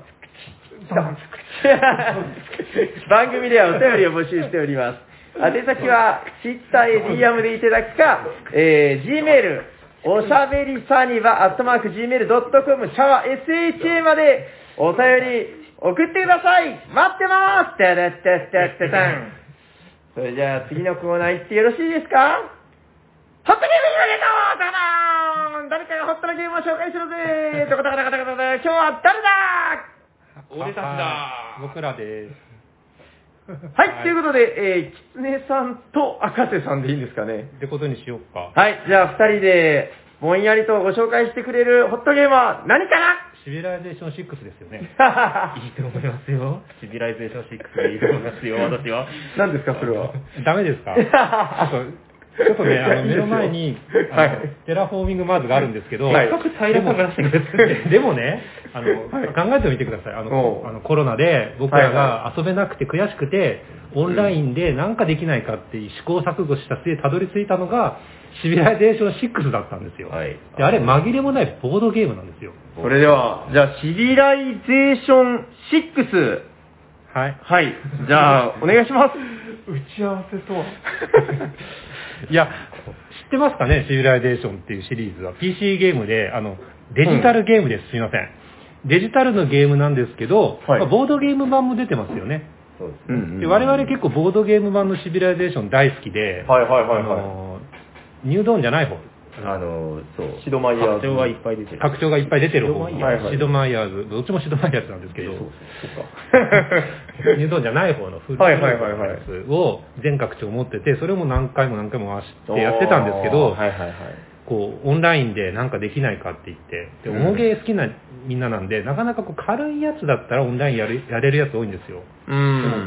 Speaker 4: 番組ではお便りを募集しております。宛先は Twitter へ ディーエム でいただくか、えー、Gmail おしゃべりサニバアットマーク ジーメールドットコム シャワー エスエイチエー までお便り送ってください。待ってます。てれってってってたん。それじゃあ次のコーナー行ってよろしいですか？ホットゲームありがとうだなー誰かがホットなゲームを紹介するぜーどこだかだかだかだ今日は誰だ
Speaker 3: 俺たちだ
Speaker 2: 僕らです。
Speaker 4: はい、はい、ということで、えー、キツネさんと赤瀬さんでいいんですかね。
Speaker 2: ってことにしようか。
Speaker 4: はい、じゃあ二人でぼんやりとご紹介してくれるホットゲームは何かな？
Speaker 2: シビライゼーションシックスですよね。
Speaker 3: いいと思いますよ。シビライゼーションシックスでいいと思いますよ、私は。
Speaker 4: 何ですか、それは。
Speaker 2: ダメですか？ちょっとね、あの目の前にあの、はい、テラフォーミングマーズがあるんですけど、はい、
Speaker 3: 平らさが出してください。
Speaker 2: でもね、あの、はい、考えてみてください。あの、あのコロナで僕らが遊べなくて悔しくて、オンラインで何かできないかって試行錯誤した末たどり着いたのが、シビライゼーションシックスだったんですよ。はい、であれ、紛れもないボードゲームなんですよ。
Speaker 4: それでは、じゃあ、シビライゼーションシックス。はい。はい。じゃあ、お願いします。
Speaker 1: 打ち合わせとは。
Speaker 2: いや、知ってますかね、シビライゼーションっていうシリーズは。ピーシー ゲームで、あの、デジタルゲームです。うん、すいません。デジタルのゲームなんですけど、はい、まあ、ボードゲーム版も出てますよね。そうですね。で我々結構ボードゲーム版のシビライゼーション大好きで、
Speaker 4: はいはいはいはい。あ
Speaker 2: のニュードーンじゃない方。
Speaker 3: あの、そう。
Speaker 4: シドマイヤーズ。
Speaker 3: 拡張がいっぱい出てる。
Speaker 2: 拡張がいっぱい出てる方。シドマイヤーズ。どっちもシドマイヤーズなんですけど。そうそうか。ニュードーンじゃない方のフルのやつを全拡張持ってて、それも何回も何回も回してやってたんですけど、はいはいはい。こう、オンラインでなんかできないかって言って、で、重ゲー好きなみんななんで、なかなかこう軽いやつだったらオンラインやる、やれるやつ多いんですよ。うん。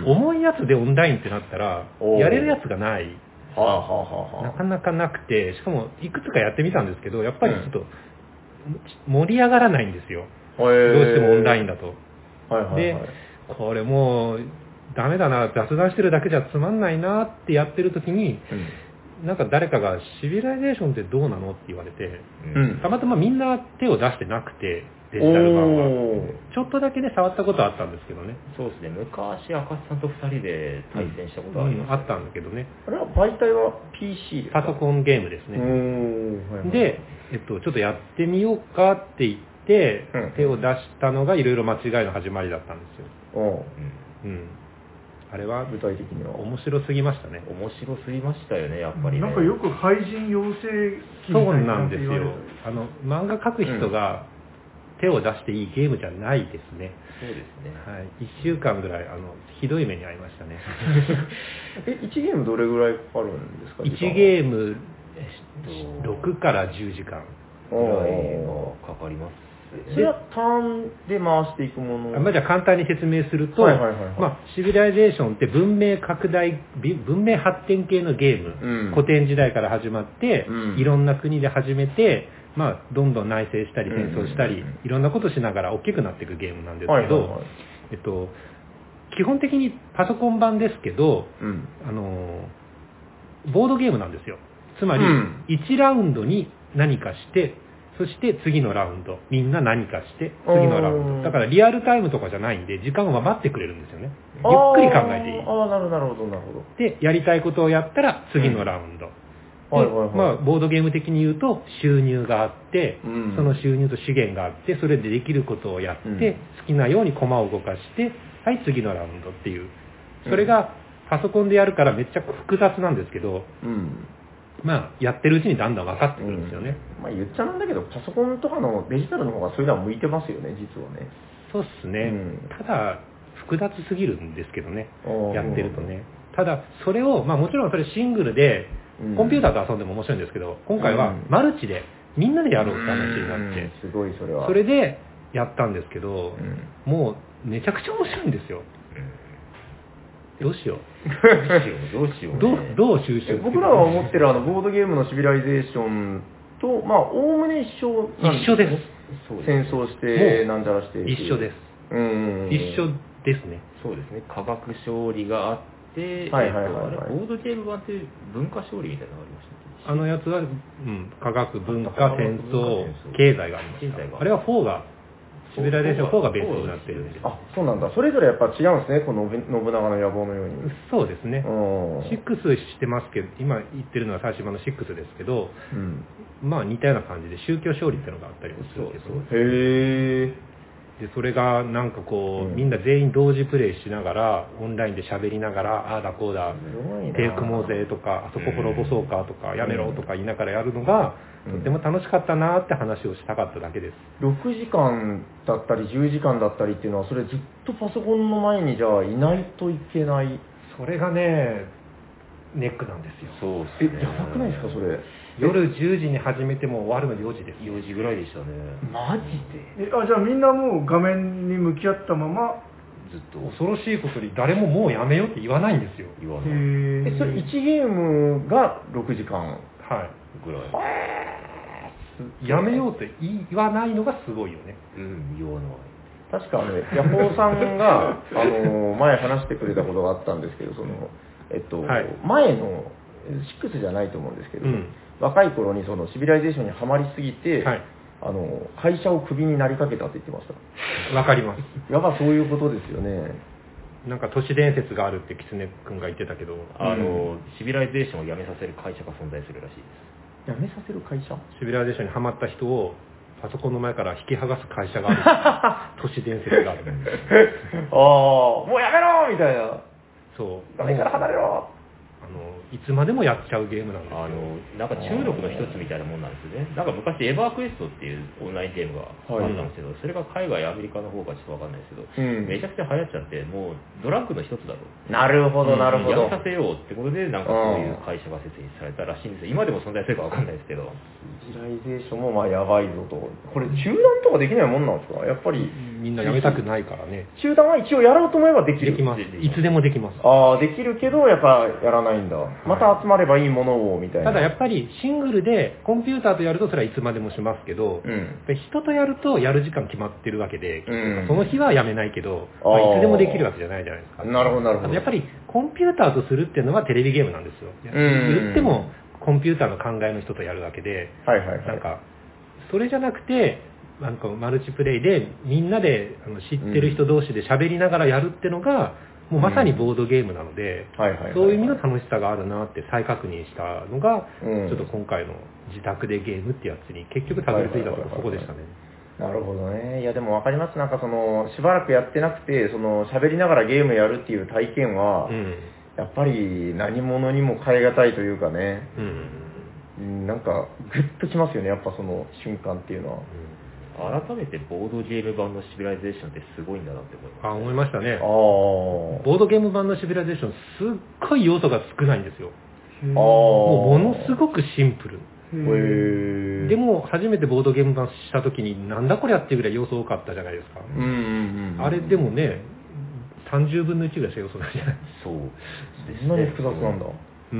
Speaker 2: 重いやつでオンラインってなったら、やれるやつがない。はあはあはあ、なかなかなくて、しかもいくつかやってみたんですけど、やっぱりちょっと盛り上がらないんですよ。どうしてもオンラインだと。
Speaker 4: はいはいはい、
Speaker 2: で、これもうダメだな、雑談してるだけじゃつまんないなってやってる時に、うん、なんか誰かがシビライゼーションってどうなのって言われて、うん、たまたまみんな手を出してなくて、デジタル版はちょっとだけね触ったことあったんですけどね。
Speaker 3: そうですね、昔赤津さんとふたりで対戦したことあります、ね、
Speaker 2: うん、あったんだけどね。
Speaker 4: あれは媒体は ピーシー ですか？
Speaker 2: パソコンゲームですね。
Speaker 4: はいはい、
Speaker 2: で、えっと、ちょっとやってみようかって言って、うん、手を出したのがいろいろ間違いの始まりだったんですよ。うん、うん、あれは
Speaker 4: 具体的には
Speaker 2: 面白すぎましたね。
Speaker 3: 面白すぎましたよね、やっぱりね。
Speaker 1: なんかよく廃人養成期
Speaker 2: そうなんですよ。あの漫画描く人が、うん手を出していいゲームじゃないですね。
Speaker 3: そうですね。
Speaker 2: はい。いっしゅうかんぐらいあのひどい目に遭いましたね。
Speaker 4: え、いちゲームどれぐらいかかるんですか？
Speaker 2: いちゲームろくからじゅうじかん
Speaker 3: ぐらいがかかります。
Speaker 4: それはターンで回していくもの？
Speaker 2: まあ、じゃあ簡単に説明すると、
Speaker 4: はいはいはいはい、
Speaker 2: まあ、シビライゼーションって文明拡大、文明発展系のゲーム、うん、古典時代から始まって、うん、いろんな国で始めて、まあ、どんどん内政したり戦争したり、いろんなことしながら大きくなっていくゲームなんですけど、はいはいはい、えっと、基本的にパソコン版ですけど、うん、あのボードゲームなんですよ。つまり、うん、いちラウンドに何かして、そして次のラウンド、みんな何かして次のラウンド。だからリアルタイムとかじゃないんで、時間を待ってくれるんですよね。ゆっくり考えていい。
Speaker 4: ああ、なるほど、なるほど、なるほど。
Speaker 2: で、やりたいことをやったら次のラウンド。うんではいはいはい、まあ、ボードゲーム的に言うと収入があって、うん、その収入と資源があってそれでできることをやって、うん、好きなように駒を動かしてはい次のラウンドっていうそれがパソコンでやるからめっちゃ複雑なんですけど、うん、まあやってるうちにだんだん分かってくるんですよね、
Speaker 4: うん、まあ言っちゃなんだけどパソコンとかのデジタルの方がそういうのは向いてますよね実はね。
Speaker 2: そうっすね、うん、ただ複雑すぎるんですけどねやってるとね。ただそれをまあもちろんそれシングルでコンピューターと遊んでも面白いんですけど、今回はマルチでみんなでやろうって話になって、
Speaker 4: すごいそれは。
Speaker 2: それでやったんですけど、もうめちゃくちゃ面白いんですよ。どうしよう。
Speaker 3: どうしよう。
Speaker 2: どうどう収集
Speaker 4: 僕らが思ってるあのボードゲームのシビライゼーションと、まあ、おおむね一緒なんですね。
Speaker 2: 一緒です。
Speaker 4: 戦争して、なんちゃらして。
Speaker 2: 一緒です。一緒ですね。
Speaker 3: そうですね。科学勝利があって、で、
Speaker 4: はいはいはいはい、
Speaker 3: ボードゲーム版って文化勝利みたいなのがありました。
Speaker 2: あのやつは、うん、科学、文化、戦争、経済がありました。あれはフォーが、シビライゼーションフォーがベースになってるんで。
Speaker 4: あ、そうなんだ。それぞれやっぱ違うんですね、この信長の野望のように。
Speaker 2: そうですね。シックスしてますけど、今言ってるのは最新版のシックスですけど、うん、まあ似たような感じで宗教勝利っていうのがあったりもするけど。
Speaker 4: へー。
Speaker 2: でそれがなんかこう、うん、みんな全員同時プレイしながらオンラインで喋りながらああだこうだ手組もうぜとかあそこ滅ぼそうかとか、うん、やめろとか言いながらやるのが、うん、とっても楽しかったなって話をしたかっただけです。
Speaker 4: ろくじかんだったりじゅうじかんだったりっていうのはそれずっとパソコンの前にじゃあいないといけない。
Speaker 2: それがねネックなんですよ。
Speaker 3: そうですね。
Speaker 4: え、やばくないですかそれ。
Speaker 2: 夜じゅうじに始めても終わるのよじです。
Speaker 3: よじぐらいでしたね。
Speaker 4: マジで。
Speaker 1: え、あ、じゃあみんなもう画面に向き合ったまま
Speaker 2: ずっと。恐ろしいことに誰ももうやめようって言わないんですよ。
Speaker 3: 言わない。
Speaker 4: え、それいちゲームがろくじかん
Speaker 2: はい
Speaker 3: ぐらい。
Speaker 2: やめようって言わないのがすごいよね。
Speaker 3: うん、言わない。
Speaker 4: 確かね、ヤホーさんがあの前話してくれたことがあったんですけど、そのえっと、はい、前のシックスじゃないと思うんですけど、うん、若い頃にそのシビライゼーションにはまりすぎて、はい、あの会社をクビになりかけたって言ってました。
Speaker 2: わかります。
Speaker 4: やっぱそういうことですよね。
Speaker 2: なんか都市伝説があるってキツネ君が言ってたけど、
Speaker 3: あの、うん、シビライゼーションをやめさせる会社が存在するらしいです。
Speaker 4: やめさせる会社？
Speaker 2: シビライゼーションにはまった人をパソコンの前から引き剥がす会社がある都市伝説がある
Speaker 4: ああ、もうやめろみたいな。
Speaker 2: そう。
Speaker 4: 画面から離れろ。
Speaker 2: あのいつまでもやっちゃうゲームなんですよ。
Speaker 3: あのなんか中毒の一つみたいなもんなんですよね。なんか昔エバークエストっていうオンラインゲームがあったんですけど、はい、それが海外アメリカの方かちょっとわかんないですけど、うん、めちゃくちゃ流行っちゃってもうドラッグの一つだと。
Speaker 4: なるほどなるほど。
Speaker 3: やめさせようってことでなんかそういう会社が設立されたらしいんですよ。今でも存在するかわかんないですけど。
Speaker 4: シビライゼーションもまあやばいぞと。これ中断とかできないもんなんですか？やっぱり。
Speaker 2: みんなやめたくないからね。
Speaker 4: 集団は一応やろうと思えばできる。
Speaker 2: できます。いつでもできます。
Speaker 4: ああ、できるけど、やっぱやらないんだ。また集まればいいものを、みたいな。
Speaker 2: ただやっぱりシングルでコンピューターとやるとそれはいつまでもしますけど、うん、人とやるとやる時間決まってるわけで、うん、その日はやめないけど、まあ、いつでもできるわけじゃないじゃないですか。
Speaker 4: なるほど、なるほど。
Speaker 2: やっぱりコンピューターとするっていうのはテレビゲームなんですよ。うん、言ってもコンピューターの考えの人とやるわけで、はいはいはい、なんかそれじゃなくてなんかマルチプレイでみんなであの知ってる人同士で喋りながらやるっていうのが、もうまさにボードゲームなので、そういう意味の楽しさがあるなって再確認したのが、うん、ちょっと今回の自宅でゲームってやつに結局たどり着いたのがそこでしたね。
Speaker 4: なるほどね。いやでも分かります。なんかそのしばらくやってなくて、その喋りながらゲームやるっていう体験は、うん、やっぱり何者にも代え難いというかね、うん、なんかグッときますよね、やっぱその瞬間っていうのは。うん、
Speaker 3: 改めてボードゲーム版のシビライゼーションってすごいんだなって思いました、ね。
Speaker 2: あ、思いましたね。あボードゲーム版のシビライゼーションすっごい要素が少ないんですよ。もうものすごくシンプル。へでも初めてボードゲーム版した時になんだこりゃっていうぐらい要素多かったじゃないですか。うんうんうん、あれでもねさんじゅうぶんのいちぐらいしか要素ないじゃない。
Speaker 4: そうそんなに複雑なんだ。
Speaker 2: うん、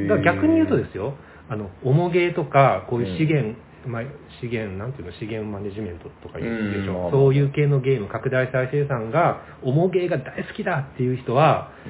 Speaker 2: だから逆に言うとですよ、あの重ゲーとかこういう資源、うんまあ、資源なんていうの資源マネジメントとかいうでしょ、うん、そういう系のゲーム拡大再生産が重ゲーが大好きだっていう人は、うん、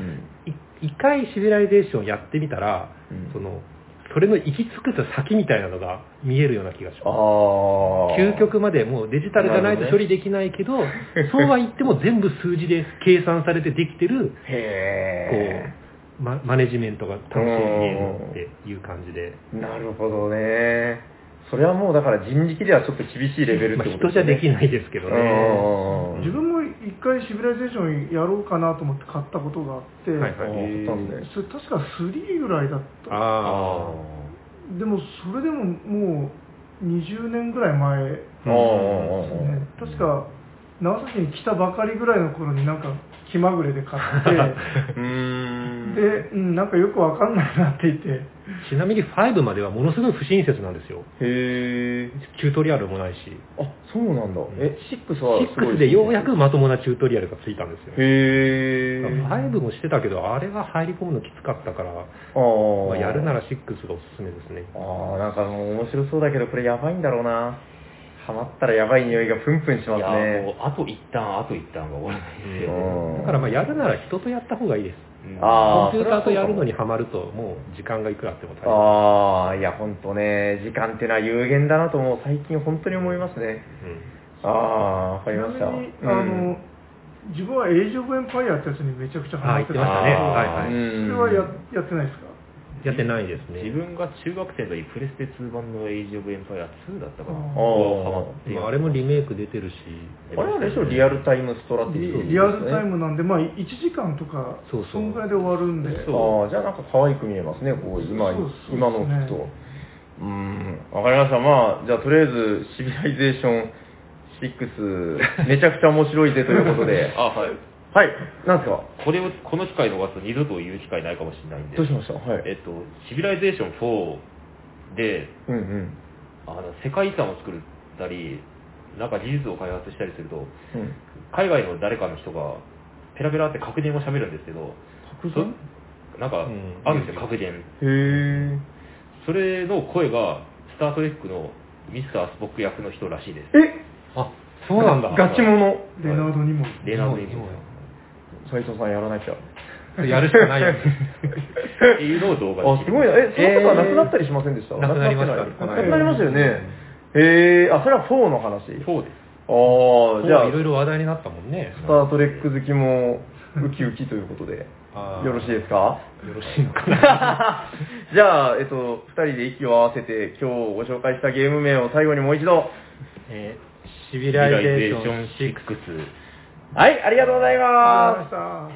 Speaker 2: 一回シビライゼーションやってみたら、うん、そのそれの行き着く先みたいなのが見えるような気がします。究極までもうデジタルじゃないと処理できないけど、どね、そうは言っても全部数字で計算されてできてるへこう、ま、マネジメントが楽しいゲームっていう感じで。
Speaker 4: なるほどね。それはもうだから人力ではちょっと厳しいレベルってことですね。
Speaker 2: まあ、人じゃできないですけどね。
Speaker 1: 自分も一回シビライゼーションやろうかなと思って買ったことがあって、はいはい、それ確かスリーぐらいだった。あでもそれでももうにじゅうねんぐらい前ですね。確か長崎に来たばかりぐらいの頃になんか気まぐれで買ってうーんで、うん、なんかよくわかんないなって言って。
Speaker 2: ちなみにファイブまではものすごい不親切なんですよ。へー。チュートリアルもないし。
Speaker 4: あ、そうなんだ。え、シックスはすごい。
Speaker 2: シックスでようやくまともなチュートリアルがついたんですよ。
Speaker 4: へー。
Speaker 2: ファイブもしてたけど、あれは入り込むのきつかったから、あ、まあ、やるならシックスがおすすめですね。
Speaker 4: ああ、なんかもう面白そうだけど、これやばいんだろうな。ハマったらやばい匂いがプンプンしますね。
Speaker 3: いやもうあと一旦あと一旦が終わらないですよね。
Speaker 2: だからまあやるなら人とやった方がいいです。うん、あコンピューターとやるのにハマるともう時間がいくらあっても足りない。
Speaker 4: ああいや本当ね時間ってのは有限だなともう最近本当に思いますね。うん、ああわかりました。ちなみに、
Speaker 1: うん、あの自分はエイジオブエンパイアってやつにめちゃくちゃハマってた。
Speaker 2: ああ言ってましたね。はいはい。
Speaker 1: それはややってないですか？
Speaker 2: やってないですね。
Speaker 3: 自分が中学生の時プレステツー版のエイジオブエンパイアツーだったかな。あ
Speaker 2: あれもリメイク出てるし。
Speaker 4: あれはでしょリアルタイムストラテジ
Speaker 1: ー、ね、リアルタイムなんでまあいちじかんとかそんぐらいで終わるんで。
Speaker 4: ああじゃあなんか可愛く見えますねこう今そうそう、ね、今のを聞くと。うーんわかりました。まあじゃあとりあえずシビライゼーションシックスめちゃくちゃ面白いぜということで。
Speaker 3: あはい。
Speaker 4: はい、なんですか
Speaker 3: これを、この機会逃すと二度と言う機会ないかもしれないんで。
Speaker 4: どうしました？はい。
Speaker 3: えっと、シビライゼーションフォーで、うんうん、あの世界遺産を作ったり、なんか技術を開発したりすると、うん、海外の誰かの人がペラペラって格言を喋るんですけど、
Speaker 4: 格言
Speaker 3: なんか、うん、あるんですよ、格言。へ
Speaker 4: ー。
Speaker 3: それの声が、スター・トレックのミスター・スポック役の人らしいです。
Speaker 4: え
Speaker 2: あ、そうなんだ。
Speaker 4: ガチモノ。
Speaker 1: レナードにも。
Speaker 3: レナードにも。
Speaker 4: 斉藤さんやらなきゃ。
Speaker 2: やるしかないよ。
Speaker 3: っていうのを動画で。
Speaker 4: あ、すごいな。え、その方なくなったりしませんでした？
Speaker 2: なくなりました。な
Speaker 4: くなりましたよね。へえ、あ、それはフォーの話。
Speaker 3: フォーです。
Speaker 4: ああ、じゃあ。
Speaker 2: いろいろ話題になったもんね。
Speaker 4: スタートレック好きもウキウキということで。よろしいですか？よ
Speaker 2: ろしいのかな。
Speaker 4: じゃあ、えっと、二人で息を合わせて今日ご紹介したゲーム名を最後にもう一度。
Speaker 2: えー、シビライゼーションシックス。
Speaker 4: はい、ありがとうございます。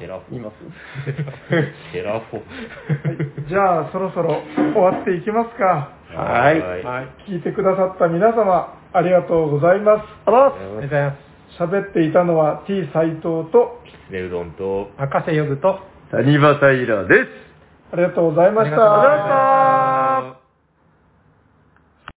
Speaker 3: テラフォ。
Speaker 4: います
Speaker 3: テラフォ。
Speaker 1: じゃあ、そろそろ終わっていきますか。
Speaker 4: はい。
Speaker 1: はい。聞いてくださった皆様、ありがとうございます。
Speaker 4: ありがとうございます。
Speaker 1: 喋っていたのは T 斎藤と、
Speaker 3: きつねうどんと、
Speaker 2: 赤瀬ヨグと、
Speaker 4: 谷場平です。
Speaker 1: ありがとうございました。
Speaker 4: ありがとうございました。